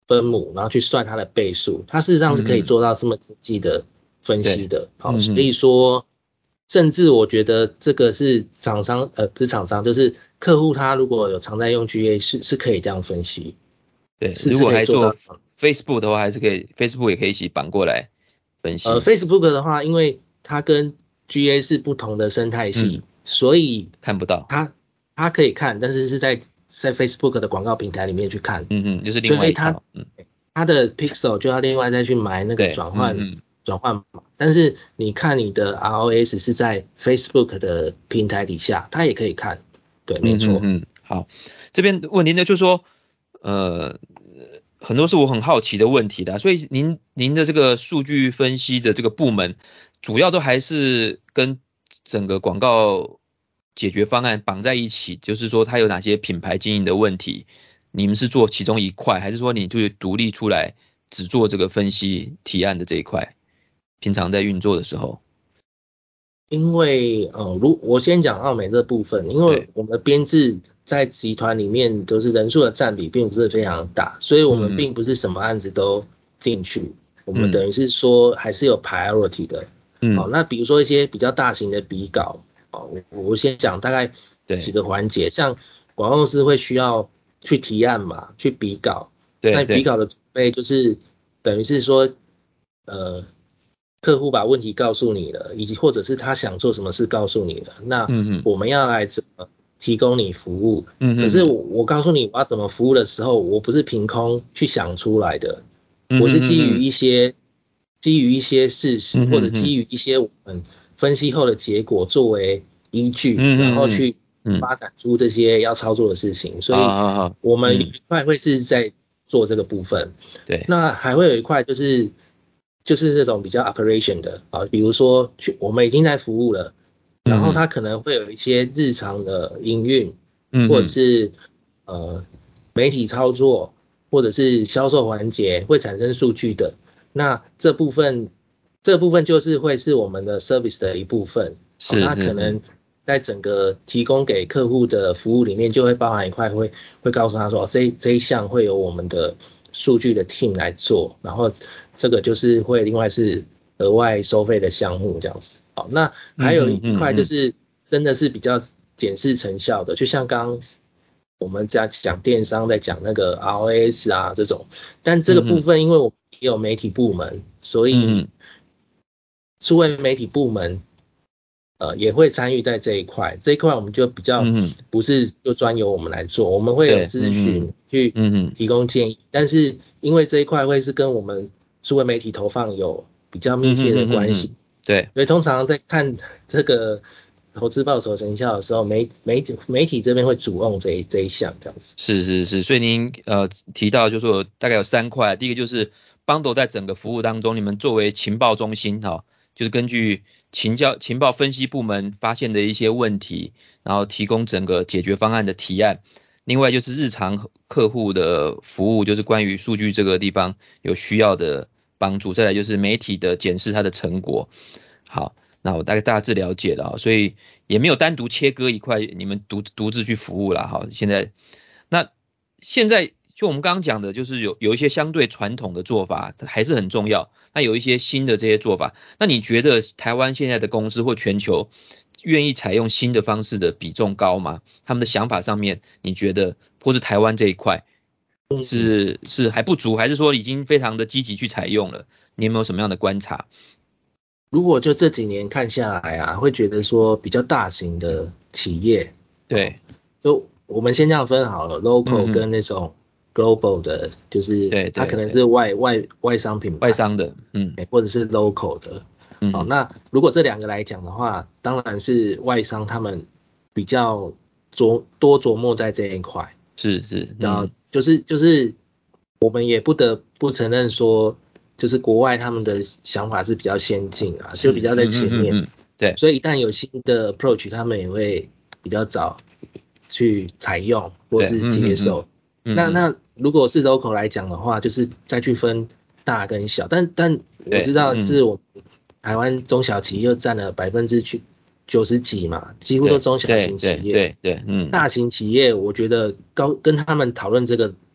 分母，然后去算它的倍数，它事实上是可以做到这么仔细的分析的。好、 嗯， 所以说，甚至我觉得这个是厂商呃不是厂商，就是客户他如果有常在用 G A 是是可以这样分析。 对， 是如果还做是可以做到。 Facebook 的话，还是可以 Facebook 也可以一起绑过来分析。 呃，Facebook 的话，因为它跟 G A 是不同的生态系， 嗯， 所以看不到。 它它可以看，但是是在在 Facebook 的广告平台里面去看， 嗯哼，就是另所以它外一套。嗯， 它的 Pixel 就要另外再去买那个对， 转换嗯嗯转换码，但是你看你的 R O S 是在 Facebook 的平台底下，它也可以看，对，没错。 嗯嗯嗯，好，这边问题呢，就是说，呃，很多是我很好奇的问题的，所以您您的这个数据分析的这个部门，主要都还是跟整个广告解决方案绑在一起，就是说它有哪些品牌经营的问题，你们是做其中一块，还是说你就独立出来只做这个分析提案的这一块？平常在运作的时候， 因为呃，如我先讲奥美这部分，因为对， 我们的编制在集团里面都是人数的占比并不是非常大，所以我们嗯并不是什么案子都进去，我们嗯等于是说还是有 priority 的。 嗯， 哦，那比如说一些比较大型的比稿，哦，我我先讲大概几对个环节，像广告公司会需要去提案嘛，去比稿，那对对， 比稿的准备就是等于是说，呃。客户把问题告诉你了，以及或者是他想做什么事告诉你了，那嗯嗯我们要来怎么提供你服务？可是我嗯嗯嗯我告诉你我要怎么服务的时候，我不是凭空去想出来的， 嗯我是基于嗯嗯一些基于一些事实，或者嗯嗯嗯基于一些我们分析后的结果作为依据，然后嗯嗯去嗯， 发展出这些要操作的事情。所好以好好， 我们有嗯， 一块会是在做这个部分。 对， 那还会有一块就是就是这种比较 operation 的啊，比如说去我们已经在服务了，然后嗯嗯它可能会有一些日常的营运，或者嗯嗯是呃媒体操作，或者是销售环节会产生数据的，那这部分这部分就是会是我们的 service 的一部分。好， 是是是， 那可能在整个提供给客户的服务里面，就会包含一块会会告诉他说，哦这这一项会有我们的数据的 team 来做，然后这个就是会另外是额外收费的项目这样子。好，那还嗯有一嗯嗯嗯块就是真的是比较检视成效的，就像刚刚我们在讲电商，在讲那个 R O S 啊这种，但这个部嗯嗯分因为我们也有媒体部门，所以嗯数位媒体部门呃也会参与在这一块，这一块我们就比较嗯嗯， 不是就专由我们来做，我们会有对， 咨嗯嗯询去嗯嗯提供建议，但是因为这一块会是跟我们数位媒体投放有比较密嗯切的嗯嗯关系， 嗯，对。 所以通常在看这个投资报酬成效的时候，媒媒体媒体这边会主用这一这一项这样子。 是是是，所以您呃提到就是说大概有三块，第一个就是 Bundle 在整个服务当中，你们作为情报中心哈、就是根据情教情报分析部门发现的一些问题，然后提供整个解决方案的提案。另外就是日常客户的服务，就是关于数据这个地方有需要的帮助。再来就是媒体的检视它的成果。好，那我大概大致了解了，所以也没有单独切割一块，你们独独自去服务了哈。现在，那现在就我们刚刚讲的，就是有有一些相对传统的做法还是很重要，那有一些新的这些做法，那你觉得台湾现在的公司或全球愿意采用新的方式的比重高吗？他们的想法上面，你觉得或是台湾这一块嗯， 是是还不足，还是说已经非常的积极去采用了？你有没有什么样的观察？ 如果就这几年看下来啊，会觉得说比较大型的企业，哦， 对， 就我们先这样分好了，local 嗯嗯。 跟那种 global 的，就是对它可能对对， 是外外外商品牌， 外商的，嗯或者是 local 的。好， 嗯， 那如果这两个来讲的话，当然是外商他们比较琢多琢磨在这一块， 是是， 然后嗯， 就是就是我们也不得不承认说，就是国外他们的想法是比较先进啊，就比是， 较在嗯嗯前面， 嗯嗯，对， 所以一旦有新的 approach，他们也会比较早去采用或对， 是嗯嗯嗯接受。 嗯嗯， 那那如果是 local 来讲的话，就是再去分大跟小，但但我对， 知道嗯是我们台湾中小企业又占了百分之去九十几嘛，几乎都对中小对型企业。 对对对，嗯大型企业，我觉得高跟他们讨论这个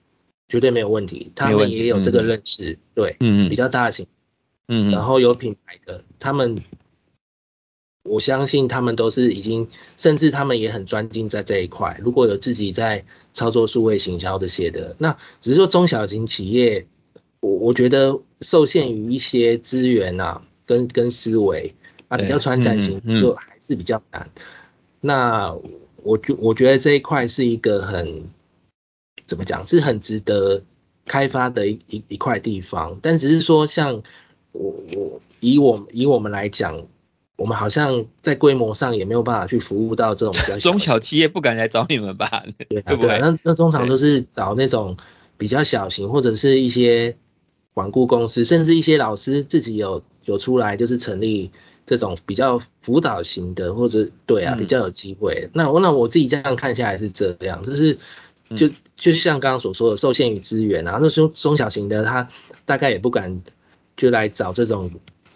绝对没有问题，他们也有这个认识，对， 嗯嗯， 比较大型， 嗯嗯， 然后有品牌的，他们我相信他们都是已经，甚至他们也很专精在这一块。如果有自己在操作数位行销这些的，那只是说中小型企业，我我觉得受限于一些资源啊，跟跟思维啊，比较传产型就还是比较难。那我觉我觉得这一块是一个很怎么讲，是很值得开发的一一一块地方。但只是说像我我以我以我们来讲。我们好像在规模上也没有办法去服务到这种比较中小企业不敢来找你们吧？ 对啊，对啊，那那通常都是找那种比较小型或者是一些管顾公司，甚至一些老师自己有有出来就是成立这种比较辅导型的，或者对啊、嗯、比较有机会。那我那我自己这样看下来是这样，就是就就像刚刚所说的，受限于资源啊，那中中小型的他大概也不敢就来找这种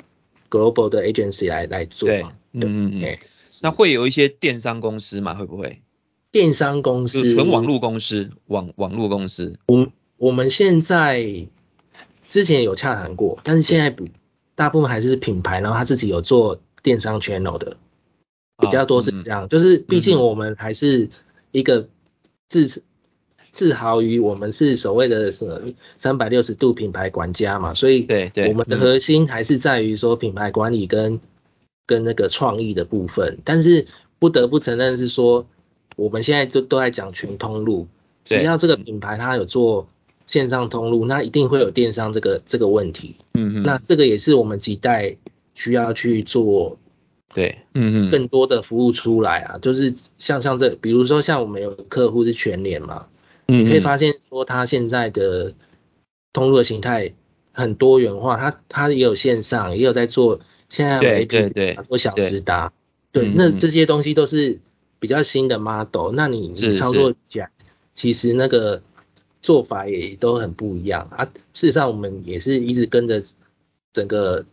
global 的 agency 来来做嘛。 对，嗯嗯嗯。那会有一些电商公司嘛？会不会？ 电商公司， 就纯网络公司，网网络公司。 我我们现在之前有洽谈过，但是现在大部分还是品牌，然后他自己有做电商 channel 的，比较多是这样。哦嗯、就是毕竟我们还是一个自自豪于我们是所谓的什么三百六十度品牌管家嘛，所以对对， 我们的核心还是在于说品牌管理跟跟那个创意的部分。但是不得不承认是说，我们现在都都在讲全通路，只要这个品牌它有做线上通路，那一定会有电商这个这个问题。嗯嗯，那这个也是我们几代需要去做。 对，嗯嗯， 更多的服务出来啊，就是像像这，比如说像我们有客户是全联嘛，嗯、你可以发现说他现在的通路的形态很多元化，他他也有线上，也有在做现在有 A P P 做小时达，对，对那这些东西都是比较新的 model， 那你你操作起来，其实那个做法也都很不一样啊。事实上，我们也是一直跟着整个。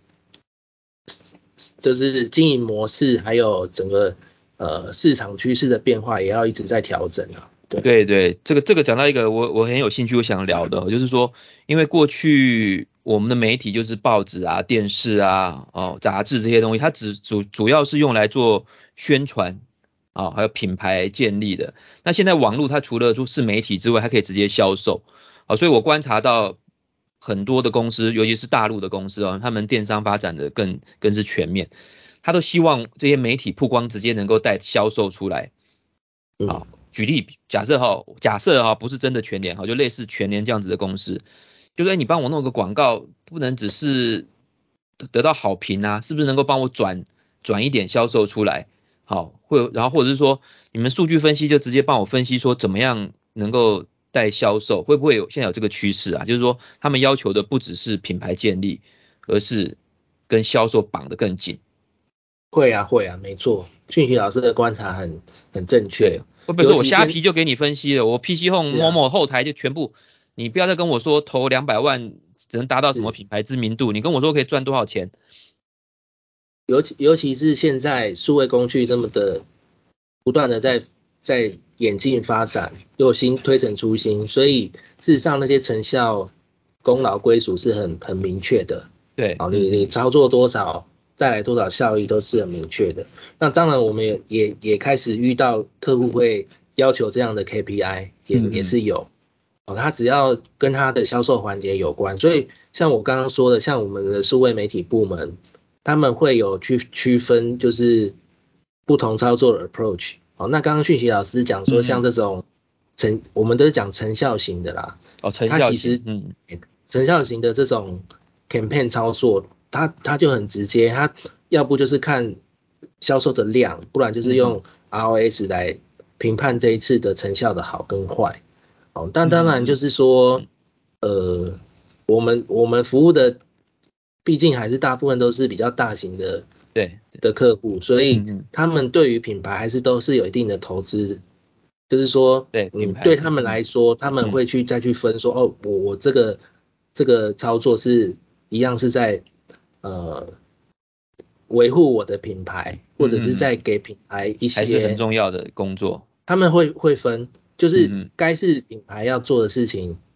就是经营模式，还有整个呃市场趋势的变化，也要一直在调整啊。对对对，这个这个讲到一个我我很有兴趣，我想聊的，就是说，因为过去我们的媒体就是报纸啊、电视啊、哦杂志这些东西，它只主主要是用来做宣传啊、哦，还有品牌建立的。那现在网络它除了就是媒体之外，它可以直接销售啊、哦，所以我观察到。很多的公司，尤其是大陆的公司哦，他们电商发展的更更是全面，他都希望这些媒体曝光直接能够带销售出来。好，举例假设哈，假设哈不是真的全联哈，就类似全联这样子的公司，就说你帮我弄个广告，不能只是得到好评啊，是不是能够帮我转转一点销售出来？好，会有，然后或者是说你们数据分析就直接帮我分析说怎么样能够带销售，会不会有现在有这个趋势啊？就是说他们要求的不只是品牌建立，而是跟销售绑得更紧。 会啊会啊，没错，讯息老师的观察很很正确。 会不会说我虾皮就给你分析了，我 P C Home 某某后台就全部，你不要再跟我说投两百万只能达到什么品牌知名度，你跟我说可以赚多少钱？ 尤其尤其是现在数位工具这么的不断的在在演进发展，又新推陈出新，所以事实上那些成效功劳归属是很很明确的。 对， 好，你你操作多少带来多少效益都是很明确的。那当然我们也也也开始遇到客户会要求这样的 K P I， 也也是有。哦，他只要跟他的销售环节有关，所以像我刚刚说的，像我们的数位媒体部门。他们会有去区分，就是不同操作的 approach。好，那刚刚讯息老师讲说，像这种成，嗯、我们都是讲成效型的啦。 哦，成效型，嗯， 成效型的这种 campaign 操作，它它就很直接，它要不就是看销售的量，不然就是用 R O S 来评判这一次的成效的好跟坏。哦，但当然就是说，呃，我们我们服务的。毕竟还是大部分都是比较大型的对的客户，所以他们对于品牌还是都是有一定的投资，就是说， 对品牌对他们来说，他们会去再去分说，哦，我我这个这个操作是一样是在呃维护我的品牌，或者是在给品牌一些还是很重要的工作， 他们会会分，就是该是品牌要做的事情。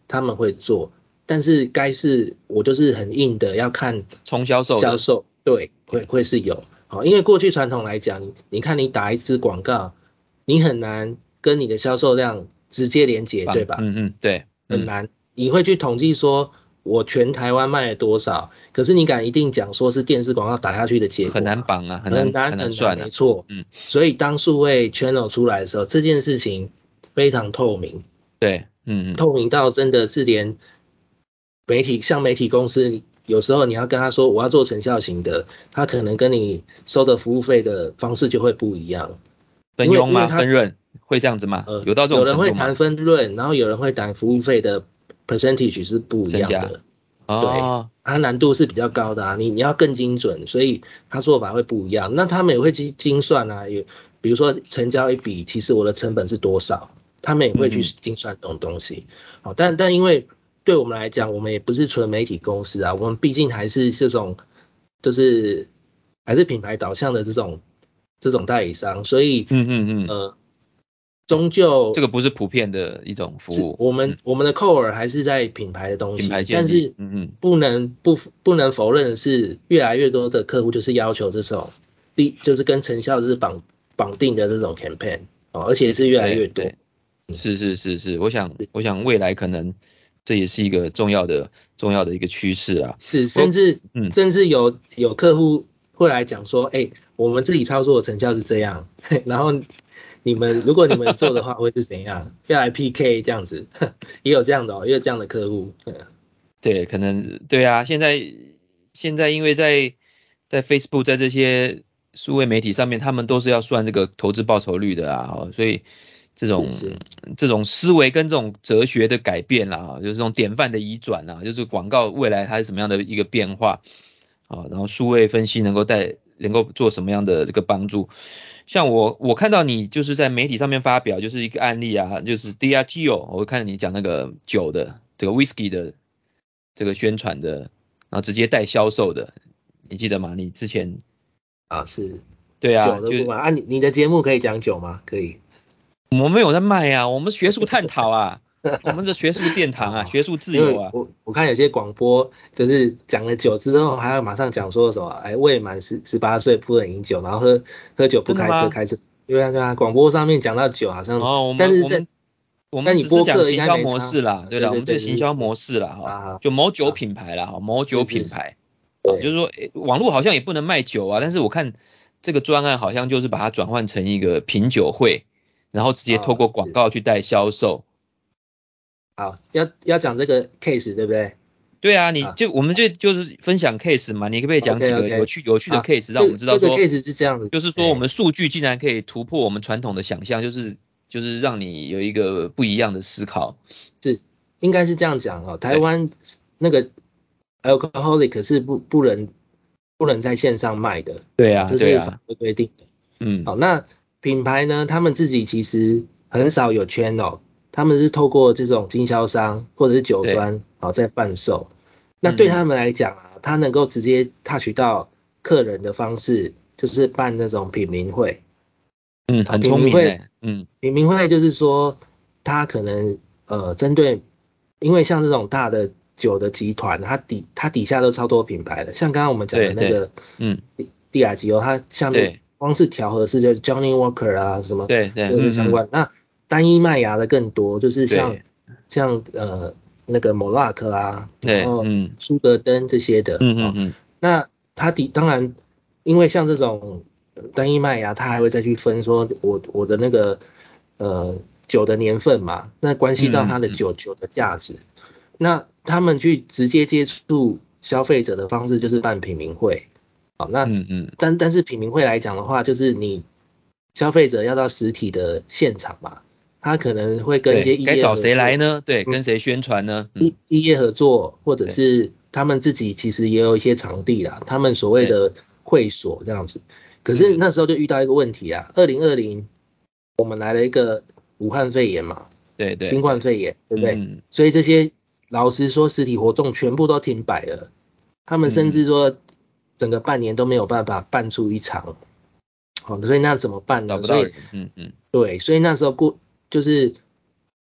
他们会做，但是该是我就是很硬的要看冲销售的销售，对，会会是有。好，因为过去传统来讲，你你看你打一支广告，你很难跟你的销售量直接连结，对吧？ 嗯嗯，对，嗯， 很难，你会去统计说我全台湾卖了多少，可是你敢一定讲说是电视广告打下去的结很果吗？ 难绑啊，很很难很难难很难， 算啊， 没错。 嗯， 所以当数位 channel 出来的时候，这件事情非常透明， 对，嗯嗯， 透明到真的是连媒体像媒体公司，有时候你要跟他说我要做成效型的，他可能跟你收的服务费的方式就会不一样，因为分佣吗？ 因为他分润会这样子吗？ 呃有到这种有人程度吗？ 会谈分润，然后有人会谈服务费的 percentage 是不一增加？ 样的，对， 哦， 它难度是比较高的啊，你你要更精准，所以他做法会不一样。那他们也会精精算啊，有比如说成交一笔，其实我的成本是多少，他们也会去嗯嗯， 精算这种东西。好，但但因为对我们来讲，我们也不是纯媒体公司啊，我们毕竟还是这种就是还是品牌导向的这种这种代理商，所以嗯嗯嗯， 呃，终究这个不是普遍的一种服务， 是我们嗯， 我们的 core 还是在品牌的东品牌西， 建立， 但是嗯嗯， 不能不不能否认的是，越来越多的客户就是要求这种，第就是跟成效就是绑绑定的这种 campaign 哦，而且是越来越多。 对对，是是是是，我想我想未来可能这也是一个重要的重要的一个趋势啦。 是，甚我至嗯， 甚至有有客户会来讲说，哎、我们自己操作的成效是这样，然后你们如果你们做的话会是怎样，要来 P K 这样子，也有这样的哦，也有这样的客户。 对，可能对啊，现在现在因为在在 Facebook 在这些数位媒体上面，他们都是要算这个投资报酬率的啊，哦所以这种是是， 这种思维跟这种哲学的改变啦，啊就是这种典范的移转啊，就是广告未来它是什么样的一个变化啊，然后数位分析能够带能够做什么样的这个帮助。像我我看到你就是在媒体上面发表就是一个案例啊，就是 Diageo，我看你讲那个酒的这个 whisky 的这个宣传的，然后直接带销售的，你记得吗？你之前啊，是对啊，就是酒的部分啊，你你的节目可以讲酒吗？可以。 我们没有在卖啊，我们学术探讨啊，我们是学术殿堂啊， 啊， 学术自因为由啊， 我我看有些广播就是讲了酒之后，还要马上讲说什么，哎，未满十十八岁不能饮酒，然后喝喝酒不开车， 真的吗？ 开车，对啊对啊，广播上面讲到酒好像， 哦，我但是在们我们我们但你只是讲播客应该行销没差， 模式啦， 啊对啦，我对对对， 们这个行是是销模式啦，哈， 啊就某酒啊， 品牌啦，哈，某酒是是是， 品牌啊，就是对说，诶网络好像也不能卖酒啊，但是我看这个专案好像就是把它转换成一个品酒会，然后直接透啊过广是， 告去带销售。 好，要要讲这个 case 对不对？ 对啊，你啊就我们就就是分享 case 嘛，你可不可以讲 ，OK 几个有 OK， 趣有趣的好， case，让我们这这个知道说， case 是这样子， 就是说我哎。 们数据竟然可以突破我们传统的想象，就是就是让你有一个不一样的思考。 是，应该是这样讲哦。台对， 湾那个 alcoholic 是不不能不能在线上卖的，哦， 对啊， 这是法对啊， 规规定的。 嗯， 好，那品牌呢，他们自己其实很少有 channel，他们是透过这种经销商或者是酒对， 庄，好在贩售。那嗯嗯对他们来讲啊，他能够直接 touch 到客人的方式，就是办那种品茗会。 嗯， 好， 很品茗会， 聪明呢，嗯， 品茗会就是说，他可能呃针对，因为像这种大的酒的集团，它底它底下都超多品牌的，像刚刚我们讲的对对， 那个嗯蒂蒂亚吉欧，它下面对光是调和式就是 Johnny Walker 啊什么， 对对， 这个是嗯嗯相关。那单一麦芽的更多，就是像对像呃那个 m o r a c 啦，然对， 后嗯苏格登这些的，哦， 嗯嗯嗯， 那它底当然，因为像这种单一麦芽，它还会再去分说我我的那个呃酒的年份嘛，那关系到它的嗯嗯嗯酒酒的价值。那他们去直接接触消费者的方式就是办品茗会。好，那嗯嗯， 但但是品茗会来讲的话，就是你消费者要到实体的现场嘛，他可能会跟一些对， 异业该找谁来合作， 呢？对， 嗯， 跟谁宣传呢？嗯， 异异业合作，或者对是他们自己其实也有一些场地啦，他们所谓对， 的会所这样子。可是嗯， 那时候就遇到一个问题啊，二零二零我们来了一个武汉肺炎嘛， 对对新冠对， 肺炎，对不对？ 嗯嗯所以这些老实说，实体活动全部都停摆了，他们甚嗯嗯， 至说整个半年都没有办法办出一场。好，所以那怎么办呢？所以找不到人，嗯嗯对，所以那时候过就是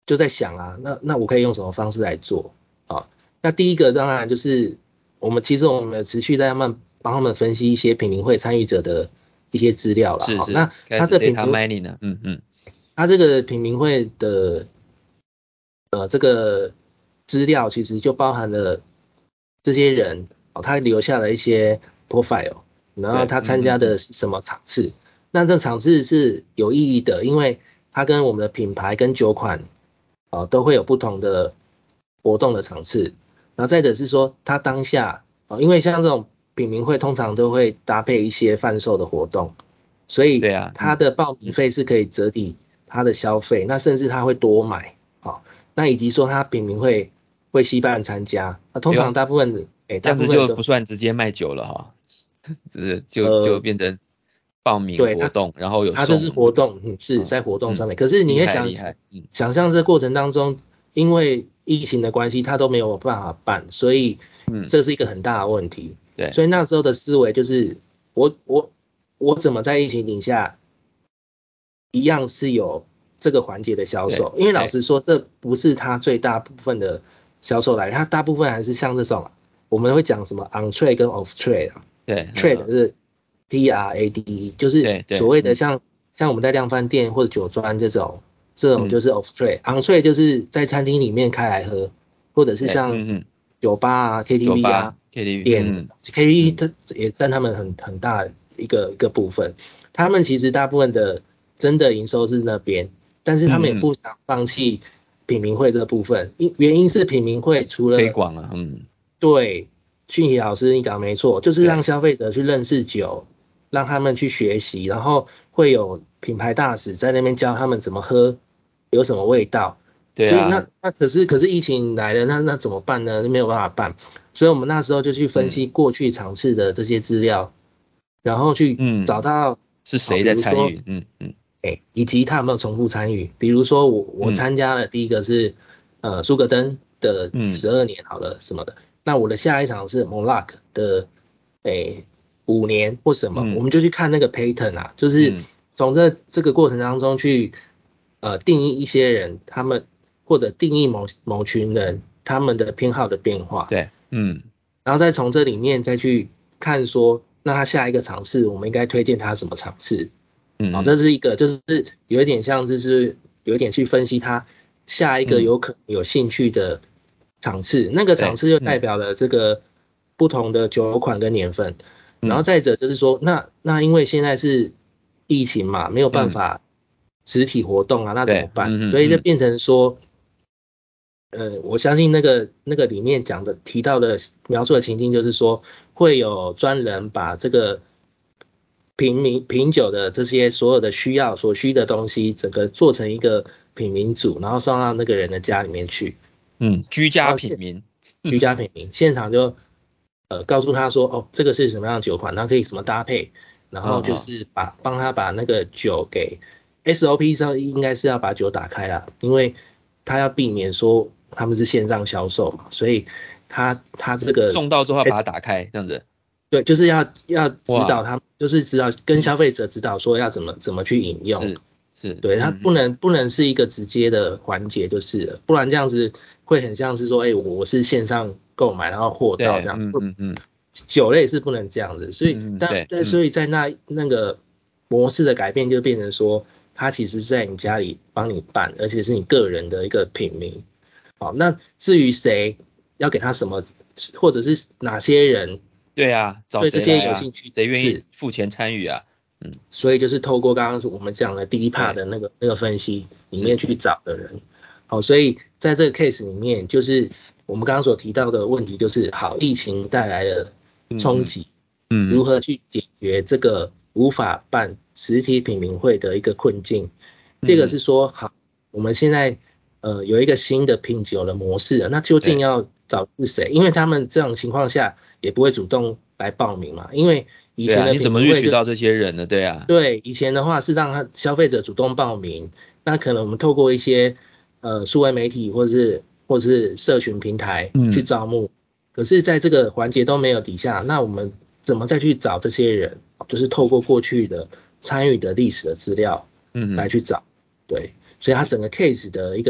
就在想啊，那那我可以用什么方式来做？啊，那第一个当然就是我们其实我们持续在慢慢帮他们分析一些品评会参与者的一些资料啦。 是是， 好，那开始他的品 data 评 mining 了，嗯嗯， 他这个品评会的呃这个资料其实就包含了这些人哦，他留下了一些 profile，然后对， 他参加嗯嗯嗯， 的是什么场次。那这场次是有意义的，因为它跟我们的品牌跟酒款哦都会有不同的活动的场次。然后再者是说，他当下哦，因为像这种品评会通常都会搭配一些贩售的活动，所以对啊，嗯他的报名嗯， 费是可以折抵他的消费，那甚至他会多买。好，那以及说他品评会会惜办参加，那通哎呦， 常大部分诶、 这样子大部分都就不算直接卖酒了哈，是就就呃变成报名对他活动，然后有他这是送这个， 活动，嗯，是嗯在活动嗯， 上面。可是你厉会想害厉害，嗯， 想象这过程当中，因为疫情的关系，他都没有办法办，所以嗯， 这是一个很大的问题。 对所以那时候的思维就是，我我我怎么在疫情底下一样是有这个环节的销对售，因为老对实说，这不是它最大部分的销售来，它大部分还是像这种我们会讲什么 on trade 跟 off trade 啊对，嗯 ，trade 嗯， 是 T R A D E，就是对对， 所谓的嗯像像我们在量贩店或者酒庄这种，这种嗯， 就是 off trade，on trade 就是在餐厅里面开来喝，或者是对， 像嗯嗯， 酒吧啊、 酒 K T V 啊吧 K T V， 店嗯 ，K T V 嗯它也占他们很很大一个一个部分，他们其实大部分的真的营收是那边。但是他们也嗯嗯， 不想放弃品评会这部分，因原因是品评会除了推广啊，嗯， 对讯息老师你讲没错，就是让对消费者去认识酒，让他们去学习，然后会有品牌大使在那边教他们怎么喝，有什么味道。所以对啊， 那那可是可是疫情来了，那那怎么办呢？没有办法办，所以我们那时候就去分嗯析过去场次的这些资料，然后去找嗯， 到好， 是谁比如说在参与？嗯嗯哎，以及他有没有重复参与？比如说我我嗯参加了第一个是呃苏格登的嗯十二年好了什么的，那我的下一场是 Molac 的哎五年或什么，我嗯们就去看那个 pattern 啊，就是嗯， 从这这个过程当中去呃定义一些人他们或者定义某某群人他们的偏好的变化， 对，嗯然后再从这里面再去看说，那他下一个场次我们应该推荐他什么场次？好， 嗯嗯， 这是一个，就是有一点像，就是有一点去分析他下一个嗯有可能有兴趣的场次，那个场对， 次就代嗯表了这个不同的酒款跟年份。然后嗯再者就是说，那那因为现在是疫情嘛，没有办嗯， 法实体活动啊，那怎么对， 办？ 嗯嗯嗯， 所以就变成说，呃，我相信那个那个里面讲的提到的描述的情境，就是说会有专人把这个品茗品酒的这些所有的需要所需的东西，整个做成一个品茗组，然后送到那个人的家里面去， 嗯，居家然后现品茗， 居家品茗，现场就呃告诉他说，哦，这个是什么样的酒款，然后可以什么搭配，然后就嗯嗯， 是把帮他把那个酒给 S O P 上应该是要把酒打开啦，因为他要避免说他们是线上销售嘛，所以他他这个送到之后要把它 S 打开，这样子， 对，就是要要指导哇， 他们，就是指导跟嗯， 消费者指导说要怎么怎么去饮用。 是是， 对，它嗯嗯， 不能不能是一个直接的环节就是了，不然这样子会很像是说，哎、我是线上购买，然后货到对， 这样，不嗯嗯嗯酒类是不能这样子，所以嗯嗯， 但对，嗯但所以在那那个模式的改变就变成说，它其实是在你家里帮你办，而且是你个人的一个品名。好，那至于谁要给他什么，或者是哪些人对啊，找对这些谁来啊？ 有兴趣， 谁愿意是， 付钱参与啊？嗯， 所以就是透过刚刚我们讲的第一 part 对， 的那个那个分析里面是， 去找的人。好，所以在这个 case 里面，就是我们刚刚所提到的问题，就是好，疫情带来的嗯嗯冲击， 嗯嗯如何去解决这个无法办实体品茗会的一个困境。这个嗯嗯， 是说，好，我们现在呃有一个新的品酒的模式了，那究竟对要找是谁？因为他们这种情况下也不会主动来报名嘛，因为以对啊， 前的你怎么品茗会就去取到这些人呢？对啊， 对，以前的话是让他消费者主动报名，那可能我们透过一些呃数位媒体或者是或者是社群平台去嗯招募，可是在这个环节都没有底下，那我们怎么再去找这些人？就是透过过去的参与的历史的资料嗯嗯， 来去找，对，所以它整个 case 的一个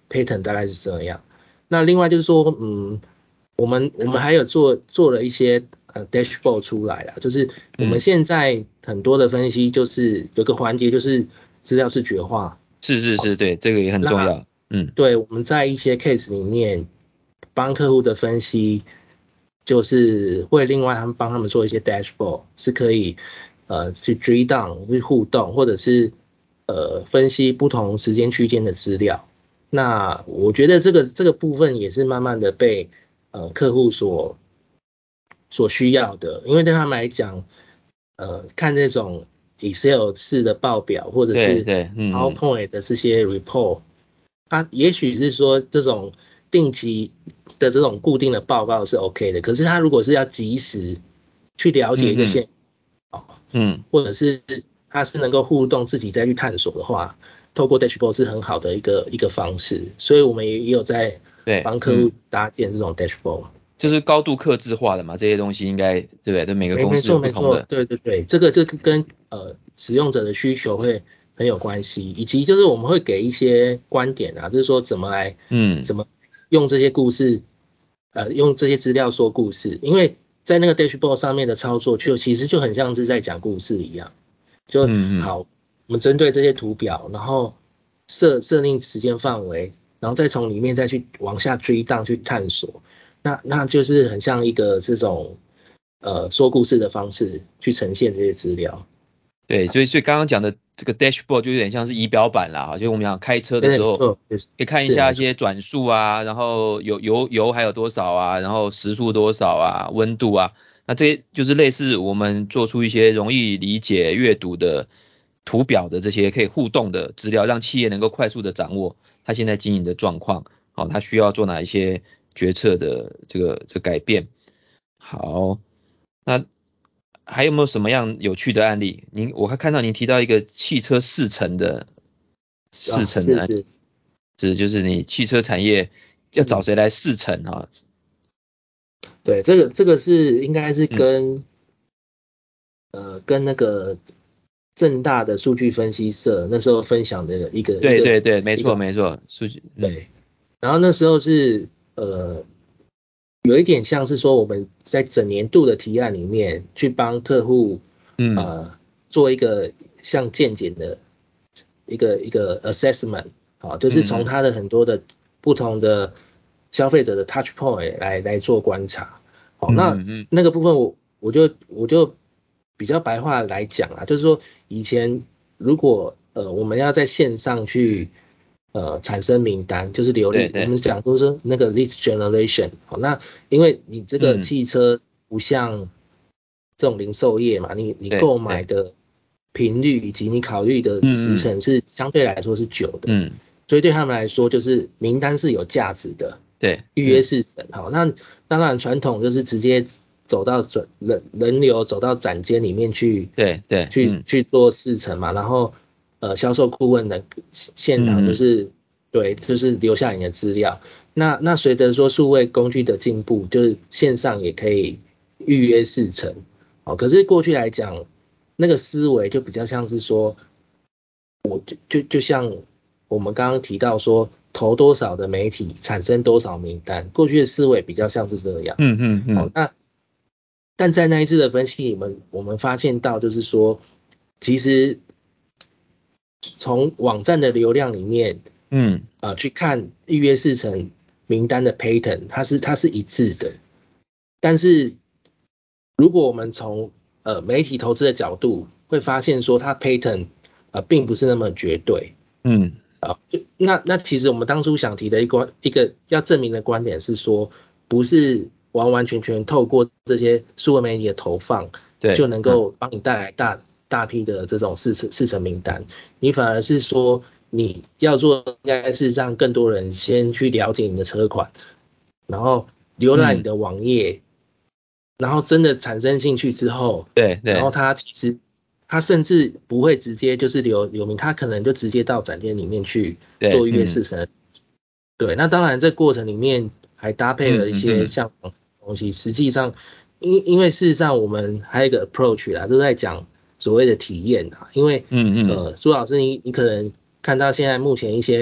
pattern 大概是这样。那另外就是说，嗯，我们我们还有做做了一些呃 dashboard 出来啦，就是我们现在很多的分析就是有个环节就是资料视觉化。 是是是，对，这个也很重要。嗯， 对，我们在一些 case 里面帮客户的分析，就是会另外他们帮他们做一些 dashboard，是可以呃去追档、去互动，或者是呃分析不同时间区间的资料。那我觉得这个这个部分也是慢慢的被呃客户所所需要的，因为对他们来讲，呃看这种 Excel 式的报表或者是对对，嗯嗯， PowerPoint 的这些 report。它也许是说这种定期的这种固定的报告是 OK 的，可是它如果是要及时去了解一个嗯现状， 嗯， 或者是它是能够互动自己再去探索的话，透过 dashboard 是很好的一个一个方式，所以我们也也有在对， 帮客户嗯， 搭建这种 dashboard。 就是高度客制化的嘛，这些东西应该对不对？对每个没没公司有错没错， 不同的。 对对对，这个这个跟呃使用者的需求会很有关系，以及就是我们会给一些观点啊，就是说怎么来嗯怎么用这些故事，呃用这些资料说故事，因为在那个 dashboard 上面的操作就其实就很像是在讲故事一样，就嗯嗯， 好，我们针对这些图表，然后设设定时间范围，然后再从里面再去往下追档去探索，那那就是很像一个这种呃说故事的方式去呈现这些资料。 对，所以所以刚刚讲的这个 dashboard 就有点像是仪表板啦，哈，就我们讲开车的时候， 对，没错，就是可以看一是没错， 下一些转速啊，然后油油油还有多少啊，然后时速多少啊，温度啊，那这些就是类似我们做出一些容易理解阅读的图表的这些可以互动的资料，让企业能够快速的掌握它现在经营的状况，好，它需要做哪一些决策的这个这个改变。好，那还有没有什么样有趣的案例？您我还看到您提到一个汽车试乘的试啊， 乘的案例， 是是， 是就是你汽车产业要找嗯， 谁来试乘啊？ 对，这个这个是应该是嗯， 跟呃跟那个正大的数据分析社那时候分享的一个一个对对对，没一个错没错，数据，嗯对，然后那时候是呃有一点像是说我们在整年度的提案里面去帮客户嗯呃做一个像健检的一个一个 assessment， 好，就是从嗯嗯他的很多的不同的消费者的 touch point 来来做观察。好，那嗯嗯那个部分我我就我就比较白话来讲啊，就是说以前如果呃我们要在线上去呃产生名单，就是流对对， 利，我们讲都是那个 lead generation。好，那因为你这个嗯汽车不像这种零售业嘛，你你购买对对， 的频率以及你考虑的时嗯嗯程是相对来说是久的， 嗯， 所以对他们来说就是名单是有价值的。 对， 预约嗯式审，好，那当然传统就是直接走到转人人流走到展间里面去， 对对， 去嗯去做试乘嘛，然后呃销售顾问的现场就嗯嗯， 是对，就是留下你的资料。那那随着说数位工具的进步，就是线上也可以预约试乘，好，可是过去来讲，那个思维就比较像是说，就就像我们刚刚提到说，投多少的媒体产生多少名单，过去的思维比较像是这样。 嗯嗯哦， 嗯， 那但在那一次的分析里面，我们发现到就是说，其实从网站的流量里面， 嗯啊、呃去看预约市成名单的 pattern，它是它是一致的。但是如果我们从呃媒体投资的角度，会发现说它 pattern 呃并不是那么绝对。 嗯就那那其实我们当初想提的一个一个要证明的观点是说，不是完完全全透过这些数位媒体的投放就对， 能嗯够帮你带来大大批的这种试试乘名单，你反而是说你要做应该是让更多人先去了解你的车款，然后浏览你嗯， 的网页，然后真的产生兴趣之后，然后对对他其实他甚至不会直接就是留留名，他可能就直接到展间里面去对， 做预约嗯试乘。对，那当然这过程里面还搭配嗯了一嗯嗯些像东西，实际上因因为事实上我们还有一个 approach 啦，都在讲所谓的体验啊，因为嗯嗯， 呃朱老师你你可能看到现在目前一些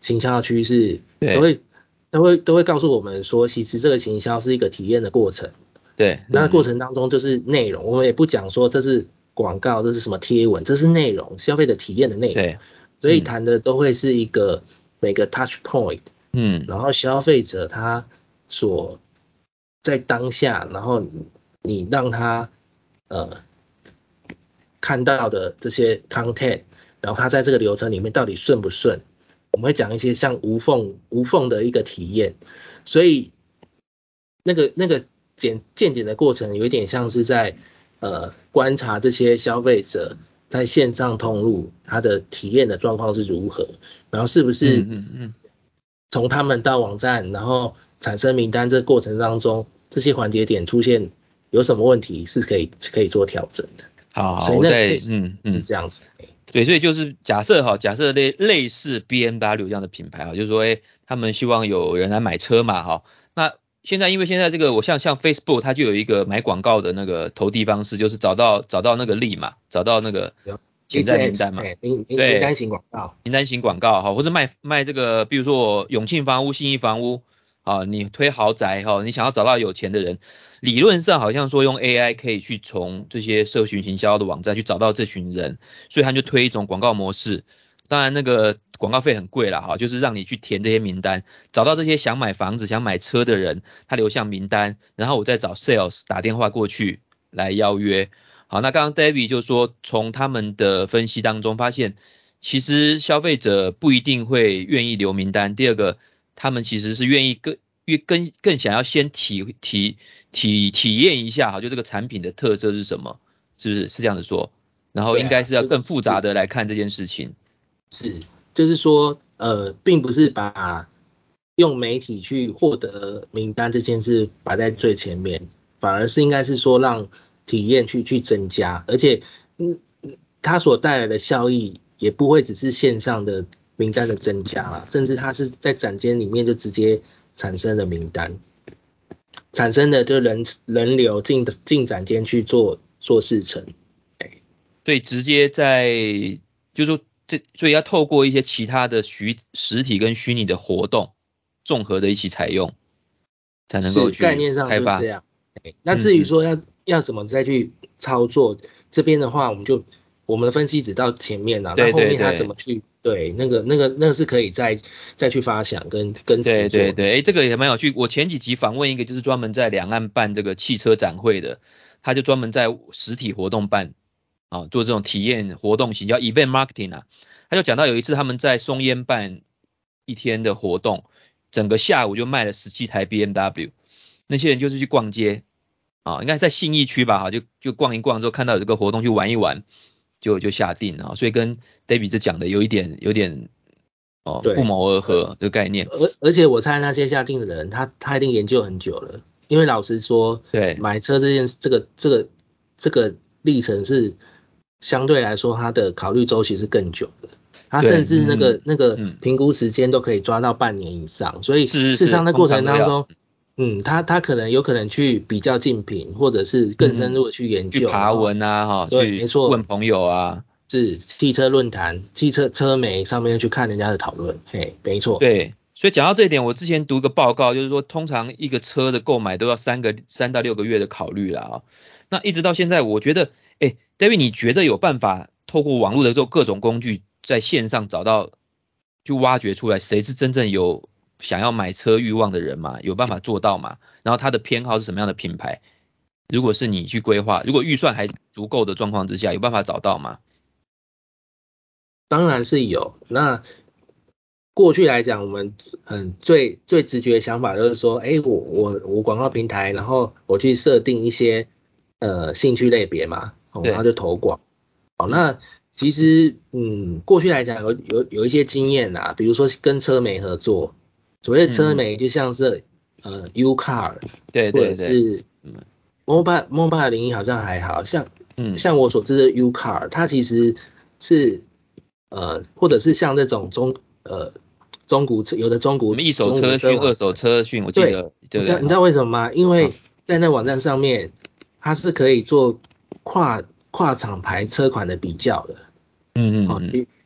行销的趋势， 对都会都会都会告诉我们说，其实这个行销是一个体验的过程。 对， 那过嗯程当中就是内容，我们也不讲说这是广告，这是什么贴文，这是内容，消费者体验的内容。 对， 所以嗯谈的都会是一个每个 touch point， 嗯然后消费者他所在当下，然后你你让他呃看到的这些 content，然后他在这个流程里面到底顺不顺，我们会讲一些像无缝无缝的一个体验，所以那个那个检见检的过程有一点像是在呃观察这些消费者在线上通路他的体验的状况是如何，然后是不是嗯嗯嗯， 从他们到网站，然后产生名单这个过程当中，这些环节点出现有什么问题是可以可以做调整的。 好好， 所以那那我在嗯嗯。 是这样子。 对，所以就是假设哈，假设类类似 B M W 这样的品牌哈，就是说，哎，他们希望有人来买车嘛哈。那现在因为现在这个，我像像 Facebook 它就有一个买广告的那个投递方式，就是找到找到那个 lead 嘛，找到那个有潜在名单嘛， 哎，名名名单对， 型广告。 名单型广告哈，或者卖卖这个，比如说我永庆房屋、信义房屋啊，你推豪宅哈，你想要找到有钱的人，理论上好像说用 A I 可以去从这些社群行销的网站去找到这群人，所以他就推一种广告模式。当然那个广告费很贵啦哈，就是让你去填这些名单，找到这些想买房子、想买车的人，他留下名单，然后我再找 sales 打电话过去来邀约。好，那刚刚 David 就说从他们的分析当中发现，其实消费者不一定会愿意留名单。第二个，他们其实是愿意更越更更想要先体体体体验一下哈，就这个产品的特色是什么，是不是是这样子说？然后对啊， 应该是要就是更复杂的来看这件事情。 是，就是说，呃，并不是把用媒体去获得名单这件事摆在最前面，反而是应该是说让体验去去增加，而且，嗯，它所带来的效益也不会只是线上的名单的增加啦，甚至它是在展间里面就直接产生了名单，产生的就人人流进进展间去做做事成。 所以直接在就是说这所以要透过一些其他的虚实体跟虚拟的活动综合的一起采用，才能够是概去念上开发。 就是这样。欸那嗯嗯， 至于说要要怎么再去操作这边的话，我们就我们的分析只到前面啦，那对后面他怎对对。 么去对那个那个那个是可以再再去发想跟跟实做。 对对对，哎，这个也蛮有趣。我前几集访问一个就是专门在两岸办这个汽车展会的，他就专门在实体活动办啊，做这种体验活动型叫 event marketing 啊。他就讲到有一次他们在松烟办一天的活动，整个下午就卖了十七台 B M W，那些人就是去逛街啊，应该在信义区吧，哈，就就逛一逛之后看到有这个活动去玩一玩，就就下定啊，所以跟 David 这讲的有一点有点哦不对， 谋而呃合这个概念。 而而且我猜那些下定的人，他他一定研究很久了，因为老实说， 对， 买车这件这个这个这个历程是相对来说，它的考虑周期是更久的。他甚对， 至那嗯个那个嗯， 评估时间都可以抓到半年以上，所以是是是，通事实上在过常都要， 程当中，嗯，他他可能有可能去比较竞品，或者是更深嗯嗯， 入的去研究，然去爬后文啊，哈， 对， 去没错， 问朋友啊， 是汽车论坛、汽车车媒上面去看人家的讨论，嘿，没错。 对，所以讲到这一点，我之前读一个报告，就是说通常一个车的购买都要三个三到六个月的考虑啦啊，那一直到现在，我觉得，哎，David，你觉得有办法透过网络的这种各种工具，在线上找到，去挖掘出来谁是真正有想要买车欲望的人吗？有办法做到吗？然后他的偏好是什么样的品牌？如果是你去规划，如果预算还足够的状况之下，有办法找到吗？ 当然是有。那过去来讲，我们很最最直觉的想法就是说，哎，我我我广告平台，然后我去设定一些呃兴趣类别嘛，哦，然后对， 就投广。好， 嗯那其实嗯，过去来讲有有有一些经验啊，比如说跟车媒合作，所谓的车嗯嗯， 媒就像是呃 U Car 或者对对对， 是嗯 Mobile Mobile 零一好像还好像嗯， 像我所知的 U Car，它其实是呃或者是像这种中呃中古车有的中古什么一手中古车讯、二车网， 手车讯，我记对， 得对不对？ 你知道你知哈， 道为什么吗？因为啊， 在那网站上面它是可以做跨跨厂牌车款的比较的。 嗯嗯哦， 嗯， 比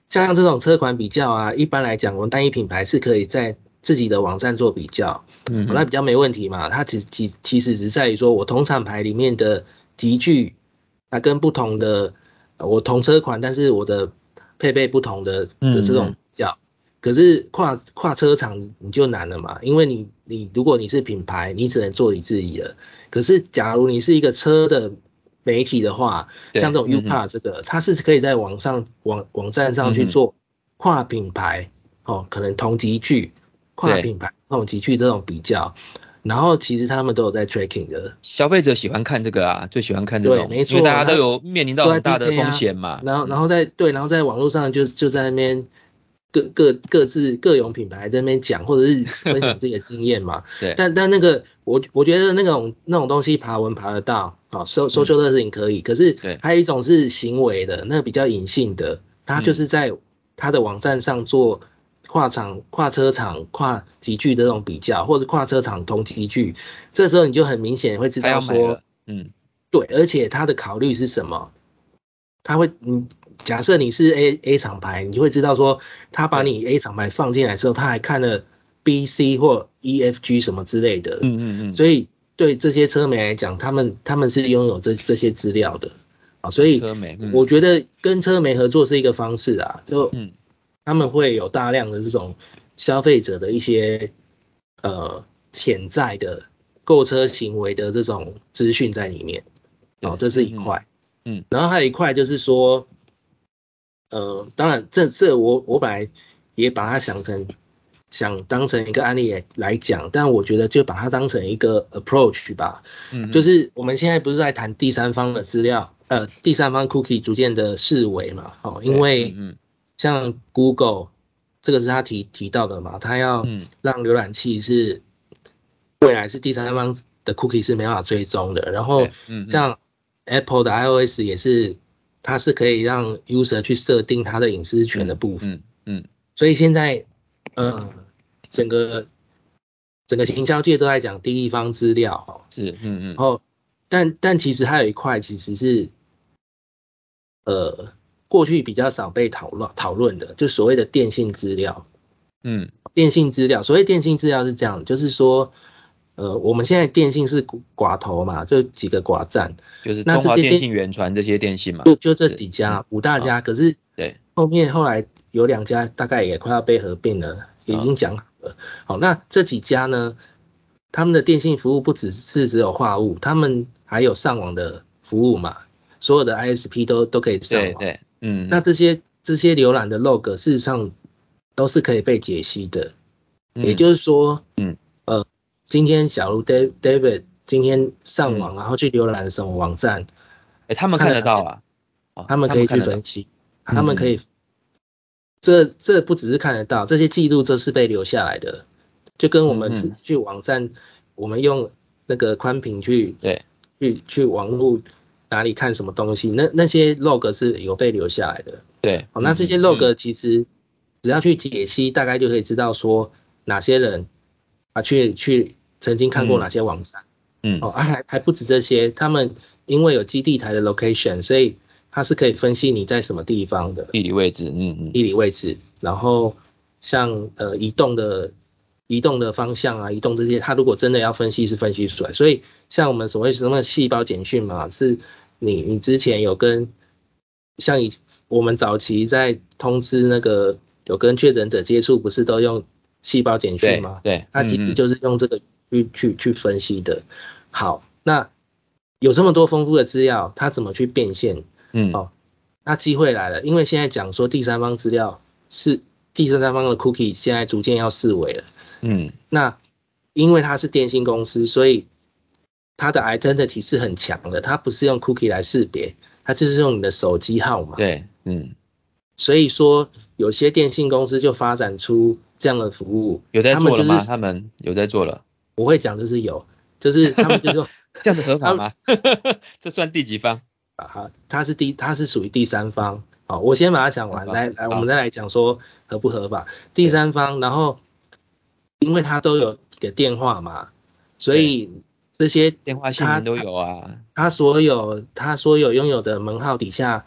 像这种车款比较啊，一般来讲，我们单一品牌是可以在自己的网站做比较， 嗯哦，那比较没问题嘛。它其其其实只在于说我同厂牌里面的级距，啊跟不同的，呃我同车款，但是我的配备不同的的这种嗯嗯， 比较。可是跨跨车厂你就难了嘛，因为你你如果你是品牌，你只能做你自己的。可是假如你是一个车的媒体的话，像对， 这种嗯嗯 U-Car 这个，它是可以在网上网网站上嗯嗯， 去做跨品牌哦，可能同级距、跨对， 品牌、同级距这种比较，然后其实他们都有在 tracking 的。 消费者喜欢看这个啊，最喜欢看这对， 种，因为大没错，他家都有面临到都在很大的 P K 风啊， 险嘛。 然后然嗯， 后在对，然后在网络上就就在那边各各各自各有品牌在那边讲，或者是分享自己的经验嘛。 对， 但但那个我我觉得那种那种东西爬文爬得到，好、收收嗯修的事情可以，可是对， 还有一种是行为的，那个比较隐性的，他就嗯， 是在他的网站上做跨厂、跨车厂、跨级距的那种比较，或者跨车厂同级距，这时候你就很明显会知他要道说。 买了，嗯， 对，而且他的考虑是什么？他会，嗯，假设你是 A A 厂牌，你就会知道说，他把对， 你 A 厂牌放进来之后，他还看了 B、C 或 E、F、G 什么之类的， 嗯嗯嗯， 所以对这些车媒来讲，他们他们是拥有这这些资料的啊，所哦， 以车美，嗯我觉得跟车媒合作是一个方式啊，就嗯， 他们会有大量的这种消费者的一些呃潜在的购车行为的这种资讯在里面，哦， 对， 这是嗯嗯一块。 嗯， 然后还有一块就是说，呃，当然这这我我本来也把它想成想当成一个案例来来讲，但我觉得就把它当成一个 approach 吧，就嗯嗯， 是我们现在不是在谈第三方的资料，呃，第三方 cookie 逐渐的式微嘛，哦，因对，嗯为嗯像 Google 这个是他提提到的嘛，他要嗯， 让浏览器是未来是第三方的 cookie 是没办法追踪的，然后对，嗯嗯像 Apple 的 iOS 也是，它是可以让 user 去设定它的隐私权的嗯部分， 嗯嗯， 所以现在呃整个整个行销界都在讲第一方资料哦， 是，嗯嗯然后但但其实还有一块其实是呃过去比较少被讨论讨论的，就所谓的电信资料。 嗯， 电信资料，所谓电信资料是这样，就是说，呃，我们现在电信是寡头嘛，就几个寡占， 就是中华电那这些电信、远传这些电信嘛， 就就这是，嗯， 几家五大好， 家，可是对， 后面后来有两家大概也快要被合并了，也已啊， 经讲好了。好，那这几家呢，他们的电信服务不只是只有话务，他们还有上网的服务嘛，所有的 I S P 都都可以上网。 对对，嗯嗯那这些这些浏览的 log 事实上都是可以被解析的，也嗯就是说， 嗯呃，今天假如 Dav- David 今天上嗯， 网，然后去浏览什么网站， 哎，他们看看了哪些， 得到啊，哦， 他们可以去他们看得到， 分析，他们可嗯嗯以，这这不只是看得到，这些记录都是被留下来的，就跟我们是嗯嗯， 去网站，我们用那个宽屏去对去去网络哪里看什么东西，那那些 log 是有被留下来的。 对， 好，那这些嗯嗯嗯 log 其实只要去解析，大概就可以知道说哪些人啊去去曾经看过哪嗯些网站。哦， 嗯， 啊、还还不止这些，他们因为有基地台的 location，所以它是可以分析你在什么地方的地理位置，嗯嗯， 地理位置，然后像呃移动的移动的方向啊，移动这些，它如果真的要分析是分析出来。所以像我们所谓什么细胞简讯嘛，是你你之前有跟像以我们早期在通知那个有跟确诊者接触，不是都用细胞简讯吗？ 对对， 它其实嗯嗯就是用这个去去去分析的。好，那有这么多丰富的资料，它怎么去变现？ 嗯哦，那机会来了，因为现在讲说第三方资料是第三方的 cookie，现在逐渐要四维了。 嗯， 那因为它是电信公司，所以它的 identity 是很强的，它不是用 cookie 来识别，它就是用你的手机号码。 对，嗯， 所以说，有些电信公司就发展出这样的服务， 有在做了吗？ 他们就是他们有在做了， 我会讲就是有，就是他们就说这样子合他们法吗？这算第几方？ 啊，它是第它是属于第三方。好，我先把它讲完， 三方， 来来，我们好， 再来讲说合不合法。第对三方，然后因为它都有你的电话嘛，所对， 以这些电话姓他他名都有啊， 他所有他所有拥有的门号底下，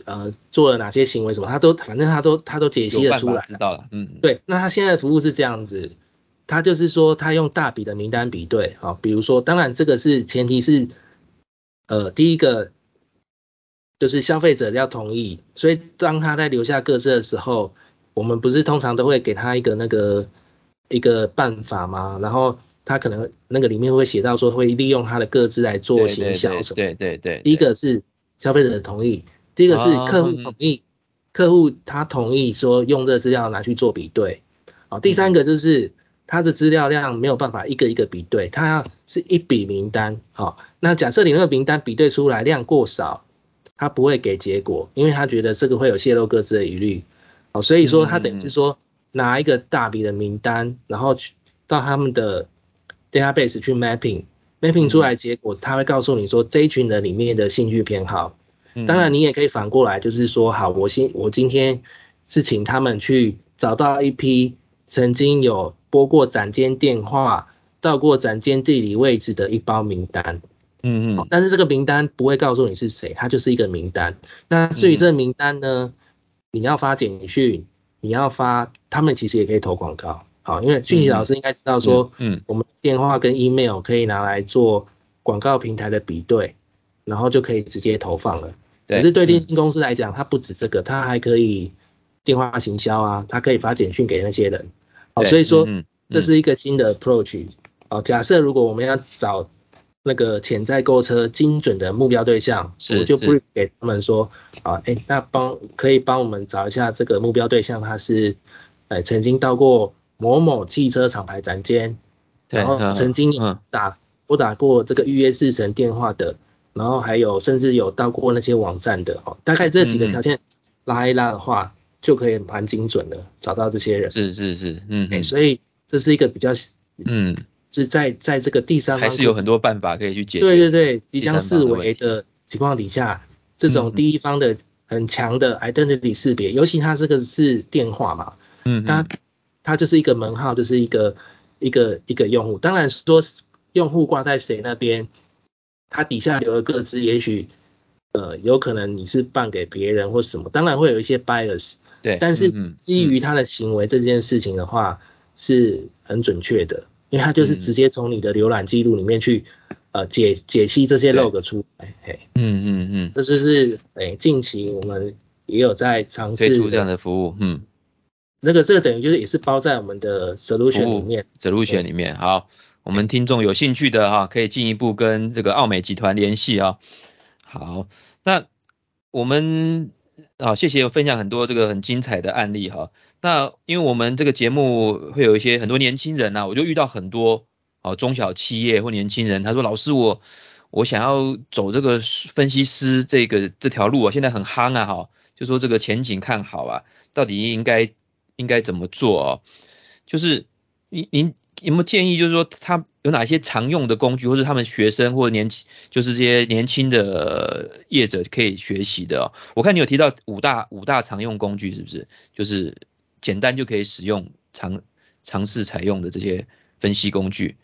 呃做了哪些行为什么，他都反正他都他都解析有办了出来。 法知道了，嗯， 对，那他现在的服务是这样子，他就是说他用大笔的名单比对，好，比如说，当然这个是前提是，呃，第一个就是消费者要同意，所以当他在留下各自的时候，我们不是通常都会给他一个那个一个办法吗？然后他可能那个里面会写到说会利用他的各自来做对行对对销什么。 对对对第一对， 个是消费者的同意，第一个是啊， 客户哼哼， 同意，客户他同意说用这资料拿去做比对。好，第三嗯个就是他的资料量没有办法一个一个比对，他要是一笔名单。好，那假设你那个名单比对出来量过少，他不会给结果，因为他觉得这个会有泄露各自的疑虑。好，所以说他等于是嗯嗯说拿一个大笔的名单，然后去到他们的 database 去 mapping，mapping 出嗯来结果，他会告诉你说这一群人里面的兴趣偏好。当然嗯嗯你也可以反过来，就是说好，我先我今天是请他们去找到一批曾经有拨过展间电话、到过展间地理位置的一包名单。 嗯嗯但是这个名单不会告诉你是谁，它就是一个名单。那至于这嗯嗯个名单呢，你要发简讯，你要发，他们其实也可以投广告。好，因为讯息老嗯师应该知道说， 嗯嗯， 我们电话跟 email 可以拿来做广告平台的比对，然后就可以直接投放了。可对， 是对电嗯信公司来讲，它不止这个，它还可以电话行销啊，它可以发简讯给那些人。好，所对， 以说嗯嗯嗯， 这是一个新的 approach。好，假设如果我们要找那个潜在购车精准的目标对象，我们就不是是， 给他们说，啊，哎，那帮可以帮我们找一下这个目标对象，他是，呃，曾经到过某某汽车厂牌展间，然对， 后曾经有嗯嗯打拨打过这个预约制成电话的，然后还有甚至有到过那些网站的，哦，大概这几个嗯嗯， 条件拉一拉的话，就可以蛮精准的找到这些人。 是是是，嗯哎， 嗯所以这是一个比较嗯， 是在在这个第三还方客户。 是有很多办法可以去解决对对对，即第三将四方的问题， 维的情况底下，这种嗯嗯第一方的很强的 identity 识别，尤其它这个是电话嘛，它嗯嗯， 它就是一个门号，就是一个一个一个用户。当然说用户挂在谁那边，它底下留的个资，也许呃有可能你是办给别人或什么，当然会有一些 bias， 对， 但是嗯嗯嗯基于他的行为这件事情的话，是很准确的。因为它就是嗯， 直接从你的浏览记录里面去呃解解析这些对， log 出来，嘿， 嗯嗯嗯， 这就是诶近期我们也有在尝推出这样试的， 的服务，嗯。 那个这个等于就是也是包在我们的 solution 里服务面， 择入选诶里面。好，我们诶， 听众有兴趣的哈，可以进一步跟这个奥美集团联系啊。好，那我们啊，谢谢分享很多这个很精彩的案例哈。那因为我们这个节目会有一些很多年轻人呐、我就遇到很多啊中小企业或年轻人，他说老师我我想要走这个分析师这个这条路啊，现在很夯啊哈，就说这个前景看好啊，到底应该应该怎么做哦？就是您您有没有建议，就是说他有哪些常用的工具，或者他们学生或者年轻，就是这些年轻的业者可以学习的哦？我看你有提到五大五大常用工具，是不是？就是简单就可以使用尝尝试采用的这些分析工具。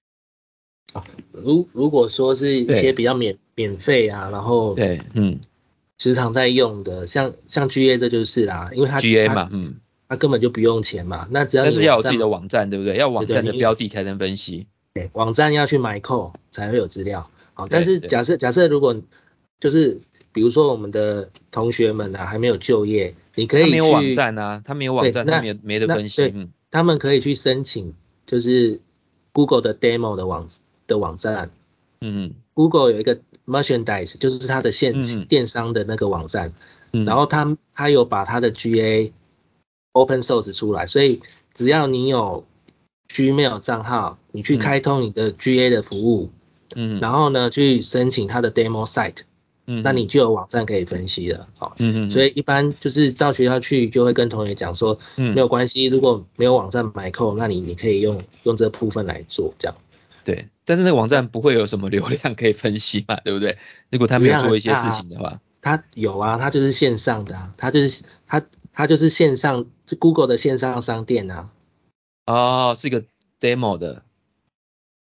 如如果说是一些对比较免免费啊，然后对，嗯时常在用的，像像 G A 这就是啦，因为它 ，G A 它嘛，嗯， 它根本就不用钱嘛，那只要但是要有自己你网站嘛， 的网站，对不对？要对对， 网站的你标的才能分析。 网站要去买扣才会有资料。好，但是对对， 假设假设如果就是比如说我们的同学们啊还没有就业，你可他没有网以去站啊，他没有网对， 站，他没那有没得分析， 那对嗯他们可以去申请就是 Google 的 demo 的网的网站嗯 ，Google 有一个 merchandise 就是它的线嗯嗯电商的那个网站，然嗯后他他有把他的 G A open source 出来，所以只要你有 Gmail 账号，你去嗯开通你的 G A 的服务， 嗯然后呢去申请它的 demo site，那嗯嗯你就有网站可以分析了。好，所以嗯嗯一般就是到学校去就会跟同学讲说，没嗯， 有关系，如果没有网站买扣，那你你可以用用这部分来做，这样对，但是那个网站不会有什么流量可以分析嘛，对不对？如果他没有流量很做一些事大啊。 情的话， 它有啊，它就是线上的啊，它就是它它就是线上，就 Google 的线上商店啊。 哦，是一个 demo 的，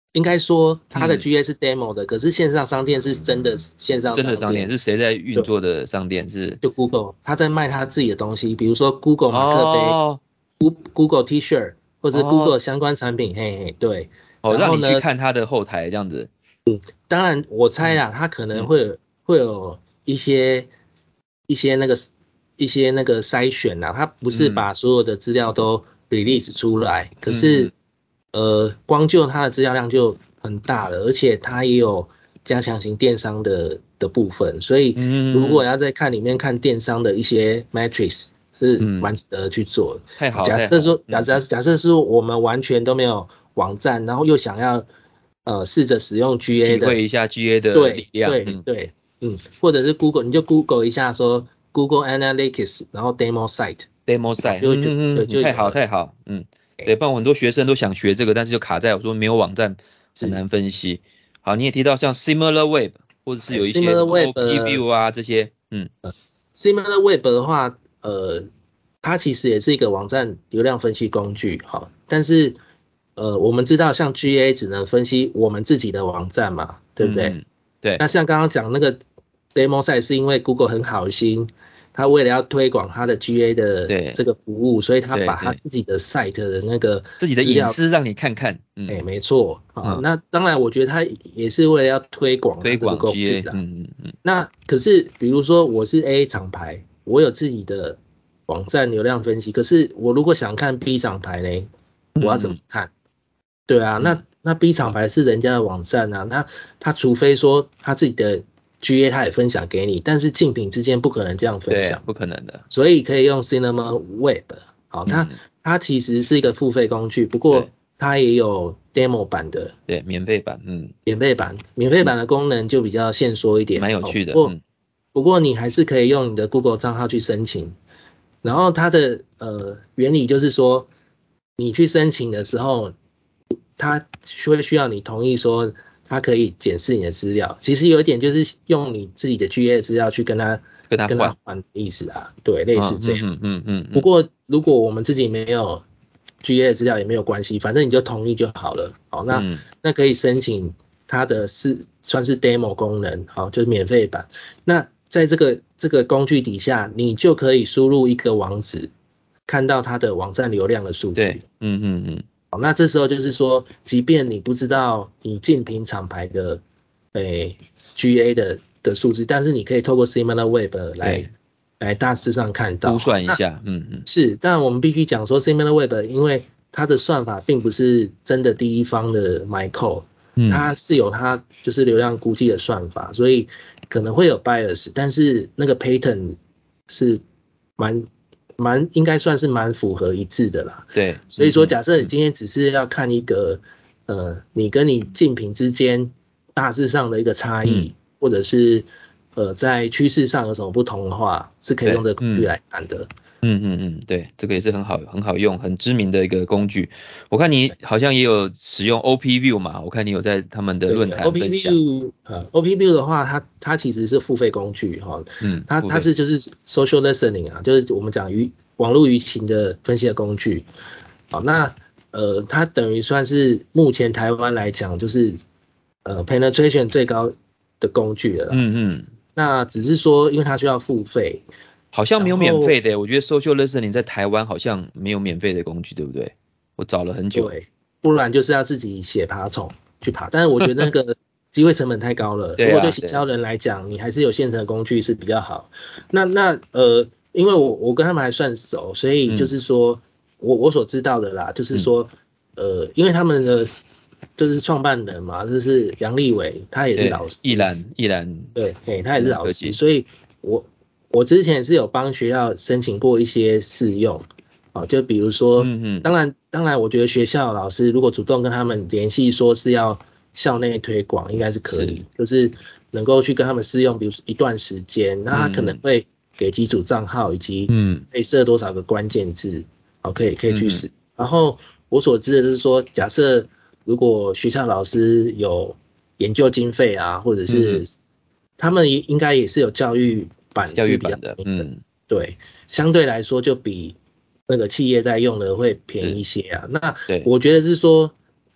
应该说它的嗯， G A 是 demo 的，可是线上商店是真的线上真的商店商店， 是谁在运对， 作的商店？是就 Google，他在卖他自己的东西，比如说 Google 马克杯、 哦 Google T 恤，或者是哦 Google 相关产品，嘿嘿，对。 哦，让你去然后呢， 看他的后台这样子。 当然我猜嗯啦，他可能嗯会有会有一些一些那个一些那个筛选啦，他不是嗯把所有的资料都 release 出来，可嗯嗯是呃，光就它的资料量就很大了，而且它也有加强型电商的的部分，所以如果嗯嗯要在看里面看电商的一些 metrics 是嗯， 蛮值得去做的。 太好假设太好， 说假设嗯嗯， 假设是我们完全都没有网站，然后又想要呃试着使用 G A 的， 体会一下 G A 的力对量。嗯对对，嗯，或者是 Google，你就 Google 一下说 Google Analytics，然后 demo site， ，demo 好， 赛，嗯就会就对嗯嗯，你太就有了。 好太好，嗯，对，不然很多学生都想学这个，但是就卡在我说没有网站很是， 难分析。好，你也提到像 SimilarWeb 或者是哎有一些什么 ，SimilarWeb。 O P View 啊这些，嗯 SimilarWeb 的话，呃，它其实也是一个网站流量分析工具，好，但是呃，我们知道像 G A 只能分析我们自己的网站嘛，对不对？ 嗯嗯，对那像刚刚讲那个 demo site 是因为 Google 很好心，他为了要推广它的 G A 的对这个服务，所以他把他对对， 自己的 site 的那个自己的资料， 隐私让你看看，嗯哎，没错，好， 嗯， 那当然我觉得他也是为了要推广它推广这个工 G A， 具啦。 嗯嗯嗯那可是，比如说我是 A 厂牌，我有自己的网站流量分析，可是我如果想看 B 厂牌呢，我要怎么嗯看？对啊， 嗯嗯， 那那 B 厂牌是人家的网站啊，那他除非说他自己的 G A 他也分享给你，但是竞品之间不可能这样分对， 享， 不可能的， 所以可以用 Cinema Web。好，它嗯它其实是一个付费工具，不过对它也有 demo 版的。 对，免费版，嗯免费版，免费嗯， 版的功能就比较限缩一点哦。 蛮有趣的， 不过嗯不过你还是可以用你的 Google 账号去申请，然后它的呃原理就是说，你去申请的时候，它会需要你同意说它可以检视你的资料。其实有一点就是用你自己的 G A 资料去跟它跟它跟他换， 换的意思啊，对，类似这样。 嗯嗯嗯嗯嗯嗯， 不过如果我们自己没有 G A 资料也没有关系，反正你就同意就好了。好，那嗯那可以申请它的是算是 demo 功能，好，就是免费版。那在这个这个工具底下，你就可以输入一个网址，看到它的网站流量的数对， 据。 嗯嗯嗯， 好，那这时候就是说，即便你不知道你竞品厂牌的诶 G A 的的数字，但是你可以透过 SimilarWeb 来对， 来大致上看到。 估好，那算一下，嗯嗯是，但我们必须讲说 SimilarWeb，因为它的算法并不是真的第一方的 MyCode， 嗯， 它是有它就是流量估计的算法，所以可能会有 bias，但是那个 pattern 是蛮蛮应该算是蛮符合一致的啦。 对， 所以说， 嗯嗯假设你嗯今天只是要看一个呃你跟你竞品之间大致上的一个差嗯， 异，或者是呃在趋势上有什么不同的话，是可以用对， 这个工具嗯。 来看的。 嗯嗯嗯，对，这个也是很好很好用、很知名的一个工具。我看你好像也有使用 O P View 嘛，我看你有在他们的对对论坛分享。 ，OPView 呃，OPView 的话，它它其实是付费工具哈， 嗯， 它付费。 它是就是 social listening 啊，就是我们讲舆网络舆情的分析的工具。好，那呃，它等于算是目前台湾来讲，就是呃 penetration 最高的工具了啦。 嗯嗯， 那只是说，因为它需要付费， 好像没有免然后费的，我觉得 Social Listening 在台湾好像没有免费的工具，对不对？我找了很久。 对，不然就是要自己写爬虫去爬，但是我觉得那个机会成本太高了。如对啊， 果对行对， 销人来讲，你还是有现成的工具是比较好。那那呃，因为我我跟他们还算熟，所以就嗯是说我我所知道的啦，就是嗯， 说呃，因为他们的就是创办人嘛，就是杨立伟，他也是老对， 师， 一览一览对，嘿，他也一是老师， 览科技。 所以我我之前是有帮学校申请过一些试用，哦，就比如说， 嗯嗯， 当然当然，我觉得学校老师如果主动跟他们联系，说是要校内推广，应该是可是， 以，就是能够去跟他们试用，比如说一段时间，那他可能嗯嗯会给基础账号以及嗯可以设多少个关键字，好，可以可以去嗯嗯， 试。然后我所知的就是说，假设如果学校老师有研究经费啊，或者是嗯嗯， 他们也应该也是有教育版是比较教育版的， 便宜的， 嗯， 对，相对来说就比那个企业在用的会便宜是， 一些啊。那对， 我觉得是说，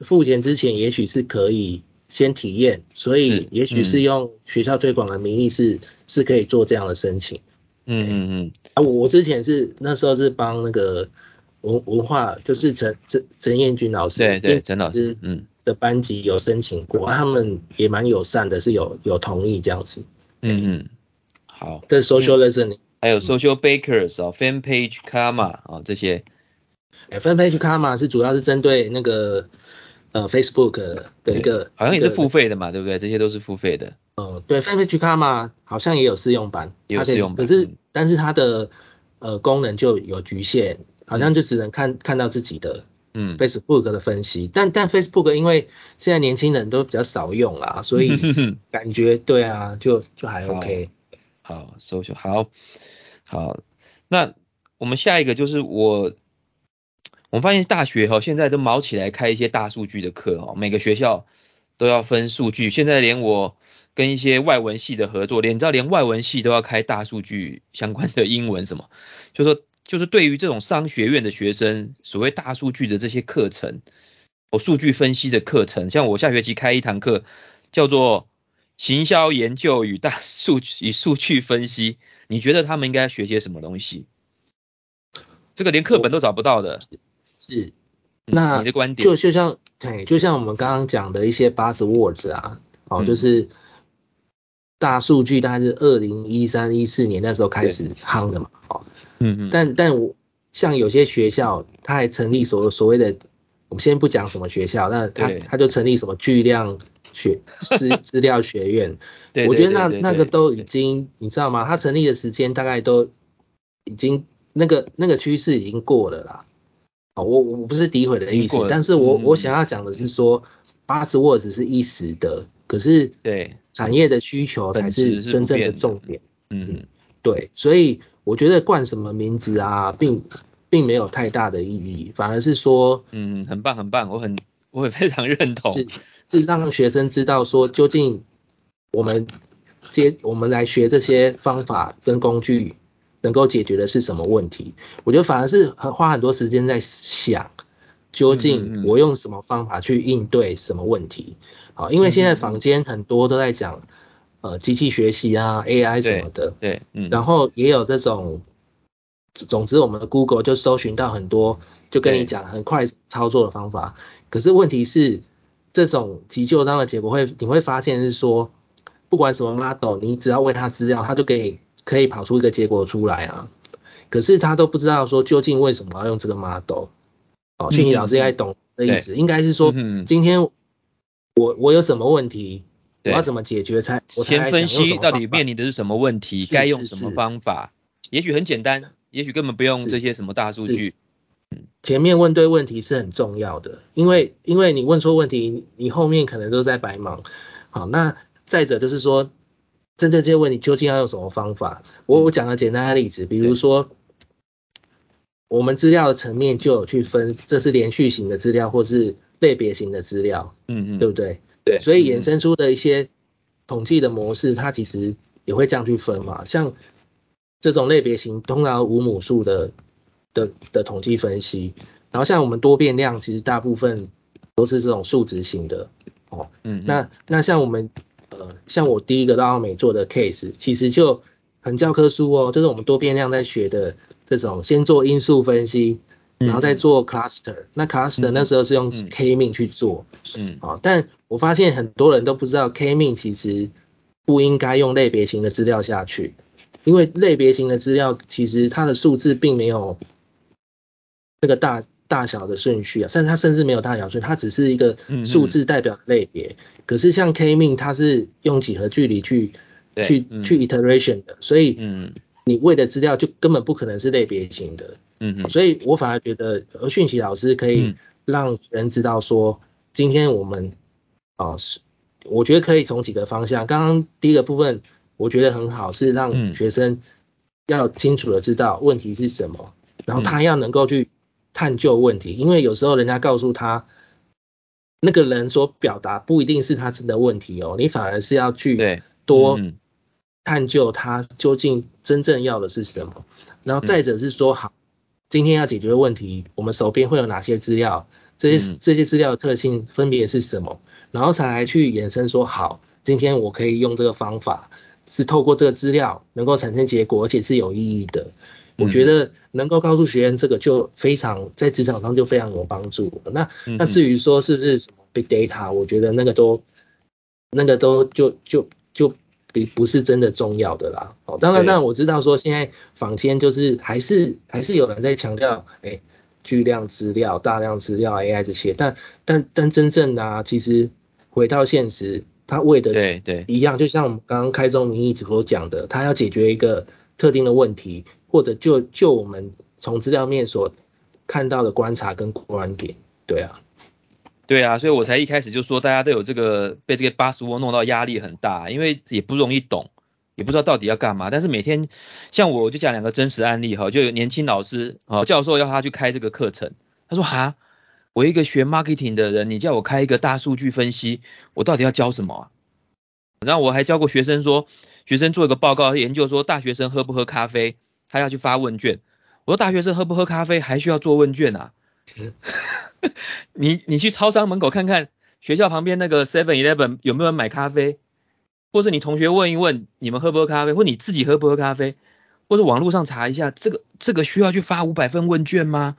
付钱之前，也许是可以先体验，所以也许是用学校推广的名义是、嗯、是可以做这样的申请。 嗯嗯嗯。 啊，我之前是那时候是帮那个文文化，就是陈陈陈彦君老师， 对对，陈老师，嗯， 的班级有申请过，他们也蛮友善的，是有有同意这样子。 嗯嗯，好。 这 social listening， 还有 social bakers 啊、哦、，fan page karma 啊、哦、这些。 哎 ，fan page karma 是主要是针对那个呃 Facebook 的一个， 好像也是付费的嘛，对不对？这些都是付费的。 呃，对 fan page karma 好像也有试用版， 也有试用版， 可是、 嗯、 但是它的呃功能就有局限，好像就只能看、嗯、看到自己的。嗯 ，Facebook 的分析，但但 Facebook 因为现在年轻人都比较少用啦，所以感觉对啊，就就还 OK。 好，好 social 好，好，那我们下一个就是我，我发现大学哈、哦、现在都卯起来开一些大数据的课哦，每个学校都要分数据，现在连我跟一些外文系的合作，连你知道连外文系都要开大数据相关的英文什么，就说。就是对于这种商学院的学生，所谓大数据的这些课程，哦，数据分析的课程，像我下学期开一堂课，叫做行销研究与大数据与数据分析，你觉得他们应该学些什么东西？这个连课本都找不到的。 是， 嗯、 那你的观点？ 就就像对，就像我们刚刚讲的一些 buzzwords 啊，哦，嗯、就是大数据大概是二零一三一四年那时候开始夯的嘛，哦。嗯嗯，但但我像有些学校，它还成立所所谓的，我们先不讲什么学校，那它它就成立什么巨量学资资料学院， 对， 我觉得那那个都已经你知道吗？它成立的时间大概都已经那个那个趋势已经过了啦。哦，我我不是诋毁的意思，但是我、嗯、我想要讲的是说 ，buzzwords 是一时的，可是对产业的需求才是真正的重点。 嗯嗯， 对，所以我觉得冠什么名字啊，并并没有太大的意义，反而是说， 嗯，很棒很棒，我很我也非常认同， 是是让学生知道说，究竟我们接我们来学这些方法跟工具能够解决的是什么问题。我觉得反而是花很多时间在想，究竟我用什么方法去应对什么问题。好，因为现在坊间很多都在讲。呃，机器学习啊 ，A I 什么的， 对，对嗯， 然后也有这种，总之我们的 Google 就搜寻到很多，就跟你讲很快操作的方法。可是问题是，这种急救章的结果会，你会发现是说，不管什么 model，你只要喂它资料，它就可以可以跑出一个结果出来啊。可是他都不知道说究竟为什么要用这个 model。哦，讯息老师应该懂的意思，应该是说，今天我我有什么问题？我要怎么解决才？我才先分析到底面临的是什么问题，该用什么方法？也许很简单，也许根本不用这些什么大数据。 前面问对问题是很重要的，因为因为你问错问题，你后面可能都在白忙。好，那再者就是说，针对这些问题究竟要用什么方法？我我讲个简单的例子，比如说，我们资料的层面就有去分，这是连续型的资料或是类别型的资料，嗯嗯，对不对？对，所以衍生出的一些统计的模式，它其实也会这样去分嘛。像这种类别型，通常无母数的的的统计分析，然后像我们多变量，其实大部分都是这种数值型的哦。嗯，那那像我们呃，像我第一个到奥美做的 case， 其实就很教科书哦，就是我们多变量在学的这种，先做因素分析。然后再做 cluster，、嗯、那 cluster 那时候是用 K-mean 去做，嗯，好、哦，但我发现很多人都不知道 K-mean 其实不应该用类别型的资料下去，因为类别型的资料其实它的数字并没有那个大大小的顺序啊，甚至它甚至没有大小顺序，它只是一个数字代表类别。嗯、可是像 K-mean 它是用几何距离去去、嗯、去 iteration 的，所以你喂的资料就根本不可能是类别型的。嗯，所以我反而觉得而讯息老师可以让人知道说，今天我们哦是，我觉得可以从几个方向。刚刚第一个部分我觉得很好，是让学生要清楚的知道问题是什么，然后他要能够去探究问题，因为有时候人家告诉他那个人所表达不一定是他真的问题哦，你反而是要去多探究他究竟真正要的是什么。然后再者是说，好，今天要解决问题，我们手边会有哪些资料？ 这些这些资料的特性分别是什么，然后才来去衍生说，好，今天我可以用这个方法，是透过这个资料能够产生结果，而且是有意义的。我觉得能够告诉学员这个就非常在职场上就非常有帮助。那那至于说是不是什么 big data， 我觉得那个都那个都就就就比不是真的重要的啦。哦，当然当然我知道说现在坊间就是还是还是有人在强调，哎，巨量资料、大量资料、A I 这些，但但但真正的啊，其实回到现实，它为的对对一样，就像我们刚刚开宗明义所讲的，它要解决一个特定的问题，或者就就我们从资料面所看到的观察跟观点，对啊。 对啊，所以我才一开始就说大家都有这个被这个八十窝弄到压力很大，因为也不容易懂，也不知道到底要干嘛。但是每天像我就讲两个真实案例哈，就有年轻老师啊，教授要他去开这个课程，他说哈，我一个学 marketing 的人，你叫我开一个大数据分析，我到底要教什么啊？然后我还教过学生说，学生做一个报告研究说大学生喝不喝咖啡，他要去发问卷。我说大学生喝不喝咖啡还需要做问卷啊？你你去超商门口看看，学校旁边那个 seven eleven 有没有人买咖啡，或者你同学问一问你们喝不喝咖啡，或你自己喝不喝咖啡，或者网络上查一下，这个这个需要去发五百份问卷吗？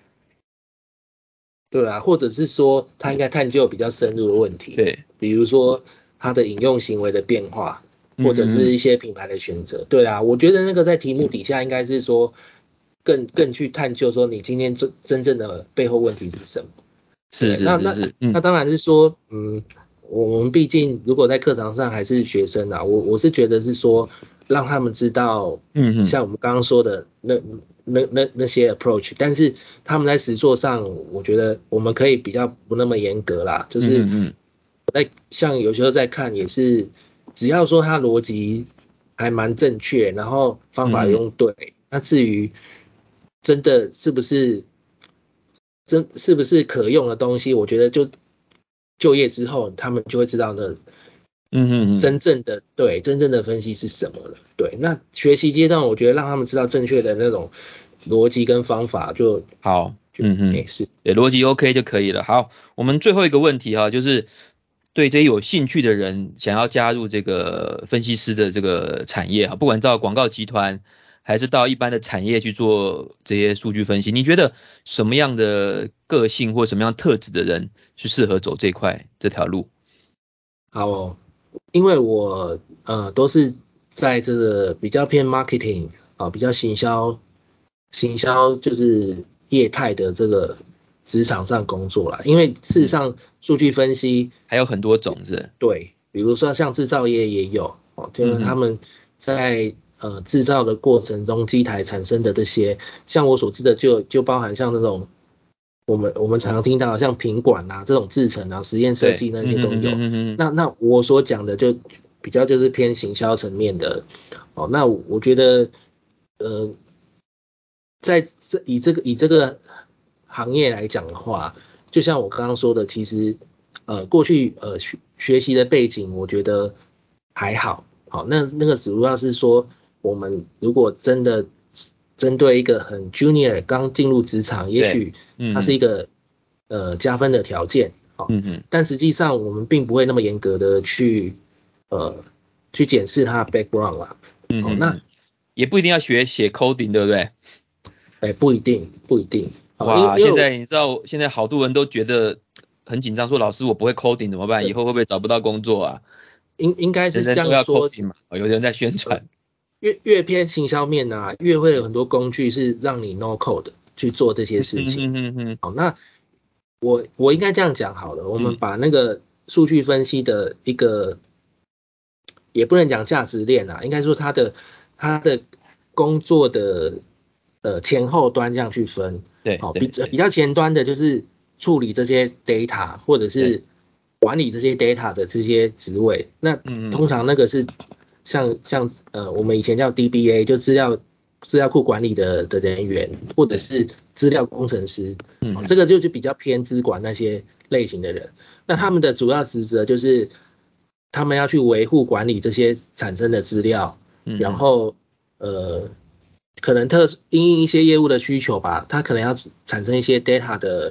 对啊，或者是说他应该探究比较深入的问题， 对， 比如说他的饮用行为的变化，或者是一些品牌的选择。对啊，我觉得那个在题目底下应该是说更更去探究说你今天真真正的背后问题是什么。 是是那那是是，嗯， 那当然是说，嗯，我们毕竟如果在课堂上还是学生啊，我我是觉得是说让他们知道， 嗯嗯， 像我们刚刚说的那那那那些 approach，但是他们在实作上，我觉得我们可以比较不那么严格啦，就是嗯嗯在像有时候在看也是，只要说他逻辑还蛮正确，然后方法嗯用对，那至于真的是不是真是不是可用的东西，我觉得就就业之后他们就会知道那嗯嗯嗯， 真正的对真正的分析是什么了。对，那学习阶段我觉得让他们知道正确的那种逻辑跟方法就好， 就嗯嗯， 也是。 对，逻辑 OK 就可以了。好，我们最后一个问题哈，就是对这些有兴趣的人想要加入这个分析师的这个产业哈，不管到广告集团还是到一般的产业去做这些数据分析，你觉得什么样的个性或什么样特质的人是适合走这块这条路？ 好哦，因为我呃都是在这个比较偏 marketing 啊、比较行销行销就是业态的这个职场上工作啦。因为事实嗯， 上数据分析还有很多种是， 对，比如说像制造业也有哦，就是他嗯嗯， 们在呃制造的过程中机台产生的这些，像我所知的就就包含像那种我们我们常常听到的像品管啊这种制程啊实验设对， 计那嗯嗯嗯些都有。 嗯嗯那那我所讲的就比较就是偏行销层面的哦。那我觉得呃在这以这个以这个行业来讲的话，就像我刚刚说的，其实呃过去呃学学习的背景，我觉得还好。好，那那个主要是说，我们如果真的针对一个很 junior 刚进入职场，也对， 许它是嗯嗯一个呃加分的条件。好， 嗯嗯但实际上我们并不会那么严格的去呃去检视他的 background 啦。好，那嗯嗯嗯，也不一定要学写 coding，对不对？ 哎不一定不一定。好，因为哇， 因为现在你知道，现在好多人都觉得很紧张，说老师我不会 coding 怎么办？以后会不会找不到工作啊？ 应应该是这人人都要样说， coding 嘛，哦有人在宣传。 越越偏行销面啊，越会有很多工具是让你 no code 去做这些嗯事情。 嗯嗯嗯好，那我我应该这样讲好了，我们嗯， 把那个数据分析的一个，也不能讲价值链啊，应该说它的它的工作的呃前后端这样去分。 对好，比对对比较前端的就是处理这些 data 或者对， 是管理这些 data 的这些职位。那嗯嗯通常那个是像像呃我们以前叫 D B A，就资料资料库管理的的人员，或者对， 是资料工程师。哦，这嗯嗯个就就比较偏资管那些类型的人。那他们的主要职责就是他们要去维护管理这些产生的资料， 嗯嗯然后呃可能特因应一些业务的需求吧，他可能要产生一些 data 的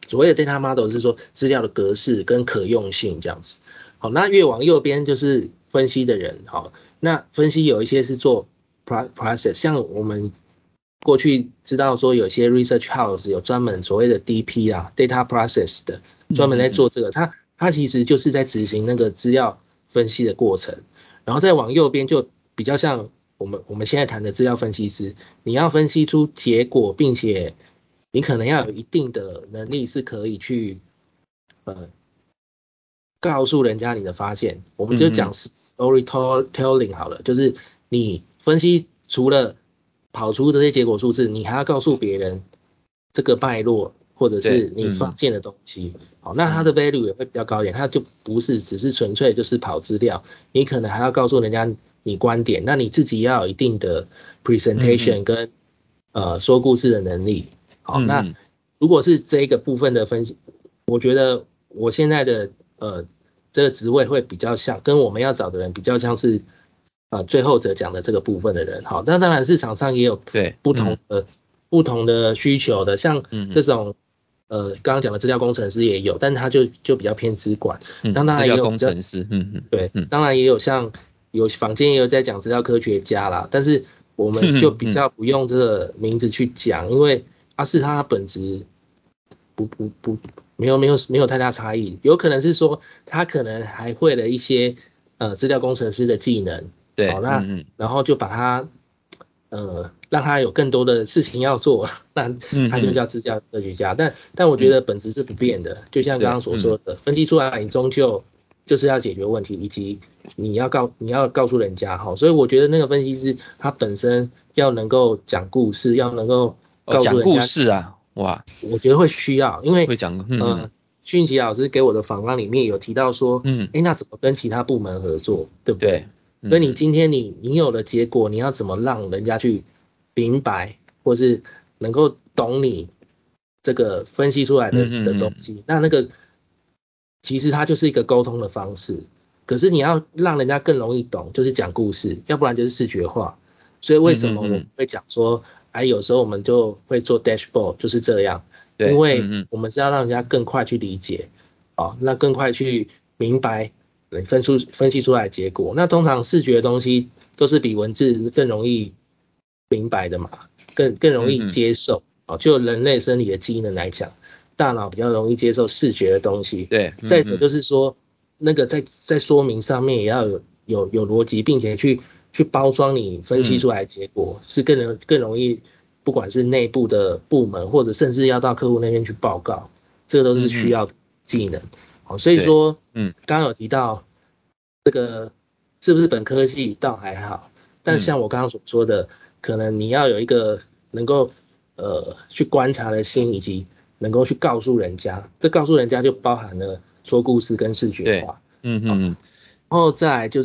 所谓的 data model 是说资料的格式跟可用性这样子。好，那越往右边就是分析的人，好，那分析有一些是做 process， 像我们过去知道说有些 research house 有专门所谓的 D P 啊 data process 的，专门在做这个，它它其实就是在执行那个资料分析的过程，然后再往右边就比较像我们我们现在谈的资料分析师，你要分析出结果，并且你可能要有一定的能力是可以去呃告诉人家你的发现，我们就讲 storytelling 好了，就是你分析除了跑出这些结果数字，你还要告诉别人这个脉络或者是你发现的东西，好，那它的 value 也会比较高一点，它就不是只是纯粹就是跑资料，你可能还要告诉人家你观点，那你自己要有一定的 presentation 跟呃说故事的能力，好，那如果是这一个部分的分析，我觉得我现在的呃这个职位会比较像跟我们要找的人比较像是呃最后者讲的这个部分的人，好，那当然市场上也有不同的、嗯、不同的需求的，像这种呃刚刚讲的资料工程师也有，但他就就比较偏资管， 嗯， 当然也有工程师，嗯嗯， 对，当然也有像有坊间也有在讲资料科学家啦，但是我们就比较不用这个名字去讲，因为阿是他本质不不不没有没有没有太大差异，有可能是说他可能还会了一些呃资料工程师的技能， 对， 好、那、嗯、然后就把他呃让他有更多的事情要做，那他就叫资料科学家，嗯、但但我觉得本质是不变的，就像刚刚所说的，分析出来你终究就是要解决问题，以及你要告你要告诉人家哈，所以我觉得那个分析师他本身要能够讲故事，要能够告诉人家、 哦、讲故事啊，哇， 我觉得会需要，因为会讲，嗯呃，讯奇老师给我的访纲里面有提到说，嗯，哎，那怎么跟其他部门合作，对不对？对嗯、所以你今天你你有了结果，你要怎么让人家去明白，或是能够懂你这个分析出来的、嗯、的东西，那那个其实它就是一个沟通的方式，可是你要让人家更容易懂，就是讲故事，要不然就是视觉化。所以为什么我们会讲说，哎，有时候我们就会做 dashboard， 就是这样，因为我们是要让人家更快去理解，哦，那更快去明白分出分析出来的结果。那通常视觉的东西都是比文字更容易明白的嘛，更更容易接受。哦，就人类生理的机能来讲，大脑比较容易接受视觉的东西。 对， 再者就是说，那个在在说明上面也要有有有逻辑，并且去去包装你分析出来的结果，嗯、是更能更容易，不管是内部的部门，或者甚至要到客户那边去报告，这个都是需要技能。好、嗯，所以说，嗯，刚刚有提到这个是不是本科系倒还好，但像我刚刚所说的，嗯、可能你要有一个能够呃去观察的心，以及能够去告诉人家，这告诉人家就包含了说故事跟视觉化。 嗯嗯嗯。 然后再来就是，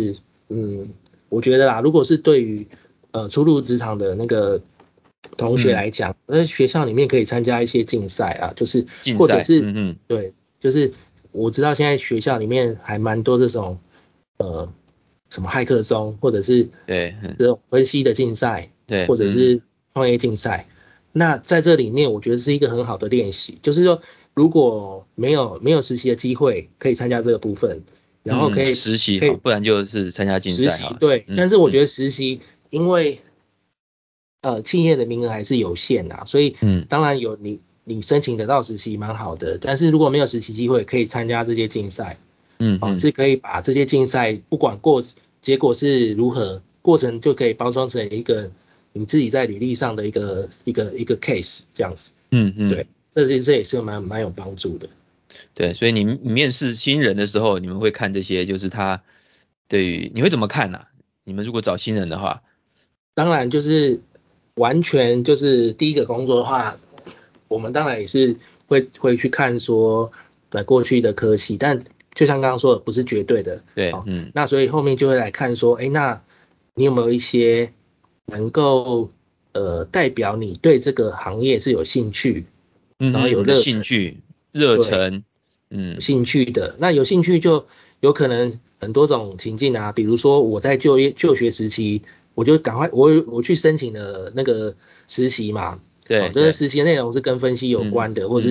嗯，我觉得啦，如果是对于呃初入职场的那个同学来讲，在、嗯、学校里面可以参加一些竞赛啊，就是或者是， 嗯嗯， 对，就是我知道现在学校里面还蛮多这种呃什么骇客松，或者是对这种分析的竞赛，对，或者是创业竞赛。那在这里面，我觉得是一个很好的练习，就是说，如果没有没有实习的机会，可以参加这个部分，然后可以、 嗯、实习好，不然就是参加竞赛好。 对、嗯，但是我觉得实习，因为呃企业的名额还是有限啊，所以嗯，当然有你你申请得到实习蛮好的，但是如果没有实习机会，可以参加这些竞赛，嗯，哦、呃，是可以把这些竞赛不管过结果是如何，过程就可以包装成一个你自己在履历上的一个一个一个 case 这样子，嗯嗯，对，这这这也是蛮蛮有帮助的。 对，所以你你面试新人的时候，你们会看这些，就是他对于你会怎么看呢、啊？你们如果找新人的话， 当然就是完全就是第一个工作的话，我们当然也是会会去看说在过去的科系，但就像刚刚说的，不是绝对的。 对，哦、嗯， 那所以后面就会来看说，哎，那你有没有一些能够呃代表你对这个行业是有兴趣， 嗯， 然后有热兴趣、热忱， 嗯，兴趣的，那有兴趣就有可能很多种情境啊，比如说我在就业就学时期，我就赶快我我去申请了那个实习嘛， 对， 这个实习的内容是跟分析有关的， 嗯、 或是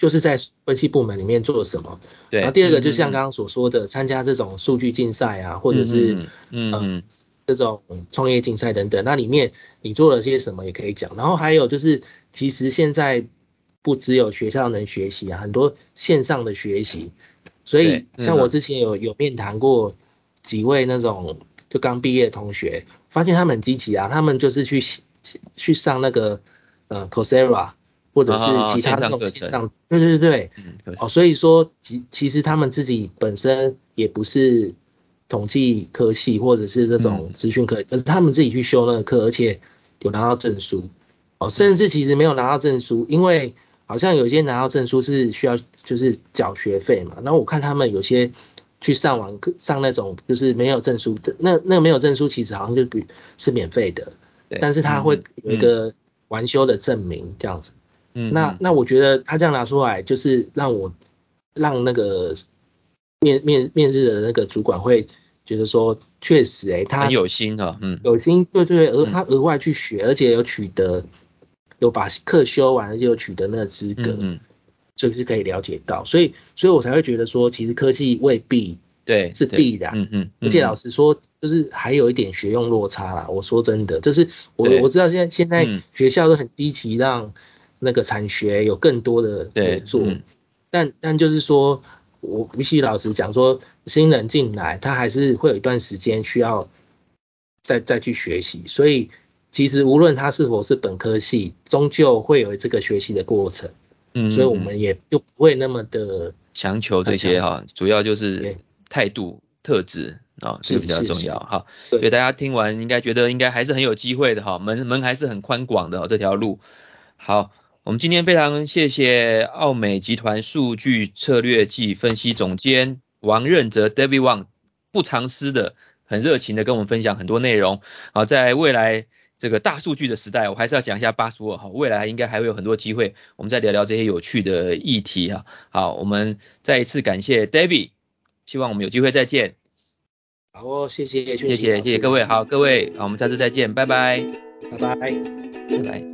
就是在分析部门里面做什么。 对。 然后第二个就像嗯嗯刚刚所说的，参加这种数据竞赛啊，或者嗯是嗯嗯呃嗯这种创业竞赛等等，那里面你做了些什么也可以讲。然后还有就是，其实现在不只有学校能学习啊，很多线上的学习。所以对，嗯像我之前有有面谈过几位那种就刚毕业的同学，发现他们很积极啊，他们就是去去上那个呃 Coursera 或者是啊，线其他那上课程。 种线上，对对对， 嗯，可哦，所以说其其实他们自己本身也不是统计科系或者是这种嗯资讯科，可是他们自己去修那个课，而且有拿到证书，哦，甚至其实没有拿到证书，因为好像有些拿到证书是需要就是缴学费嘛，然后我看他们有些去上网课上那种就是没有证书，那那个没有证书其实好像就比是免费的， 对。 但是他会嗯嗯有一个完修的证明这样子。那嗯嗯那我觉得他这样拿出来，就是让我让那个面面面试的那个主管会觉得说，确实诶、欸他很有心哈。嗯有心，对对，而嗯他额外去学，而且有取得有把课修完，而且有取得那个资格， 嗯嗯， 就是可以了解到，所以所以我才会觉得说，其实科技未必是对对。 必然。 嗯嗯而且嗯嗯， 老实说，就是还有一点学用落差啦。我说真的，就是我我对。 知道现在现在嗯学校都很积极让那个产学有更多的合对。 作， 嗯但但就是说，我必须老实讲说，新人进来他还是会有一段时间需要再再去学习，所以其实无论他是否是本科系，终究会有这个学习的过程，所以嗯嗯嗯， 我们也就不会那么的强求这呃强， 些哈，主要就是对， 态度特质啊，这个比较是是是， 重要哈。所以对。 大家听完应该觉得应该还是很有机会的哈，门门还是很宽广的哦这条路。好，我们今天非常谢谢奥美集团数据策略暨分析总监王任哲 David Wang 不藏私的很热情的跟我们分享很多内容。好，在未来这个大数据的时代，我还是要讲一下八十五哈，未来应该还会有很多机会，我们再聊聊这些有趣的议题哈。好，我们再一次感谢 David，希望我们有机会再见。 好哦，谢谢讯息谢谢， 老师啊， 谢谢各位，好，各位，好，我们下次再见，拜拜， 拜拜。 拜拜。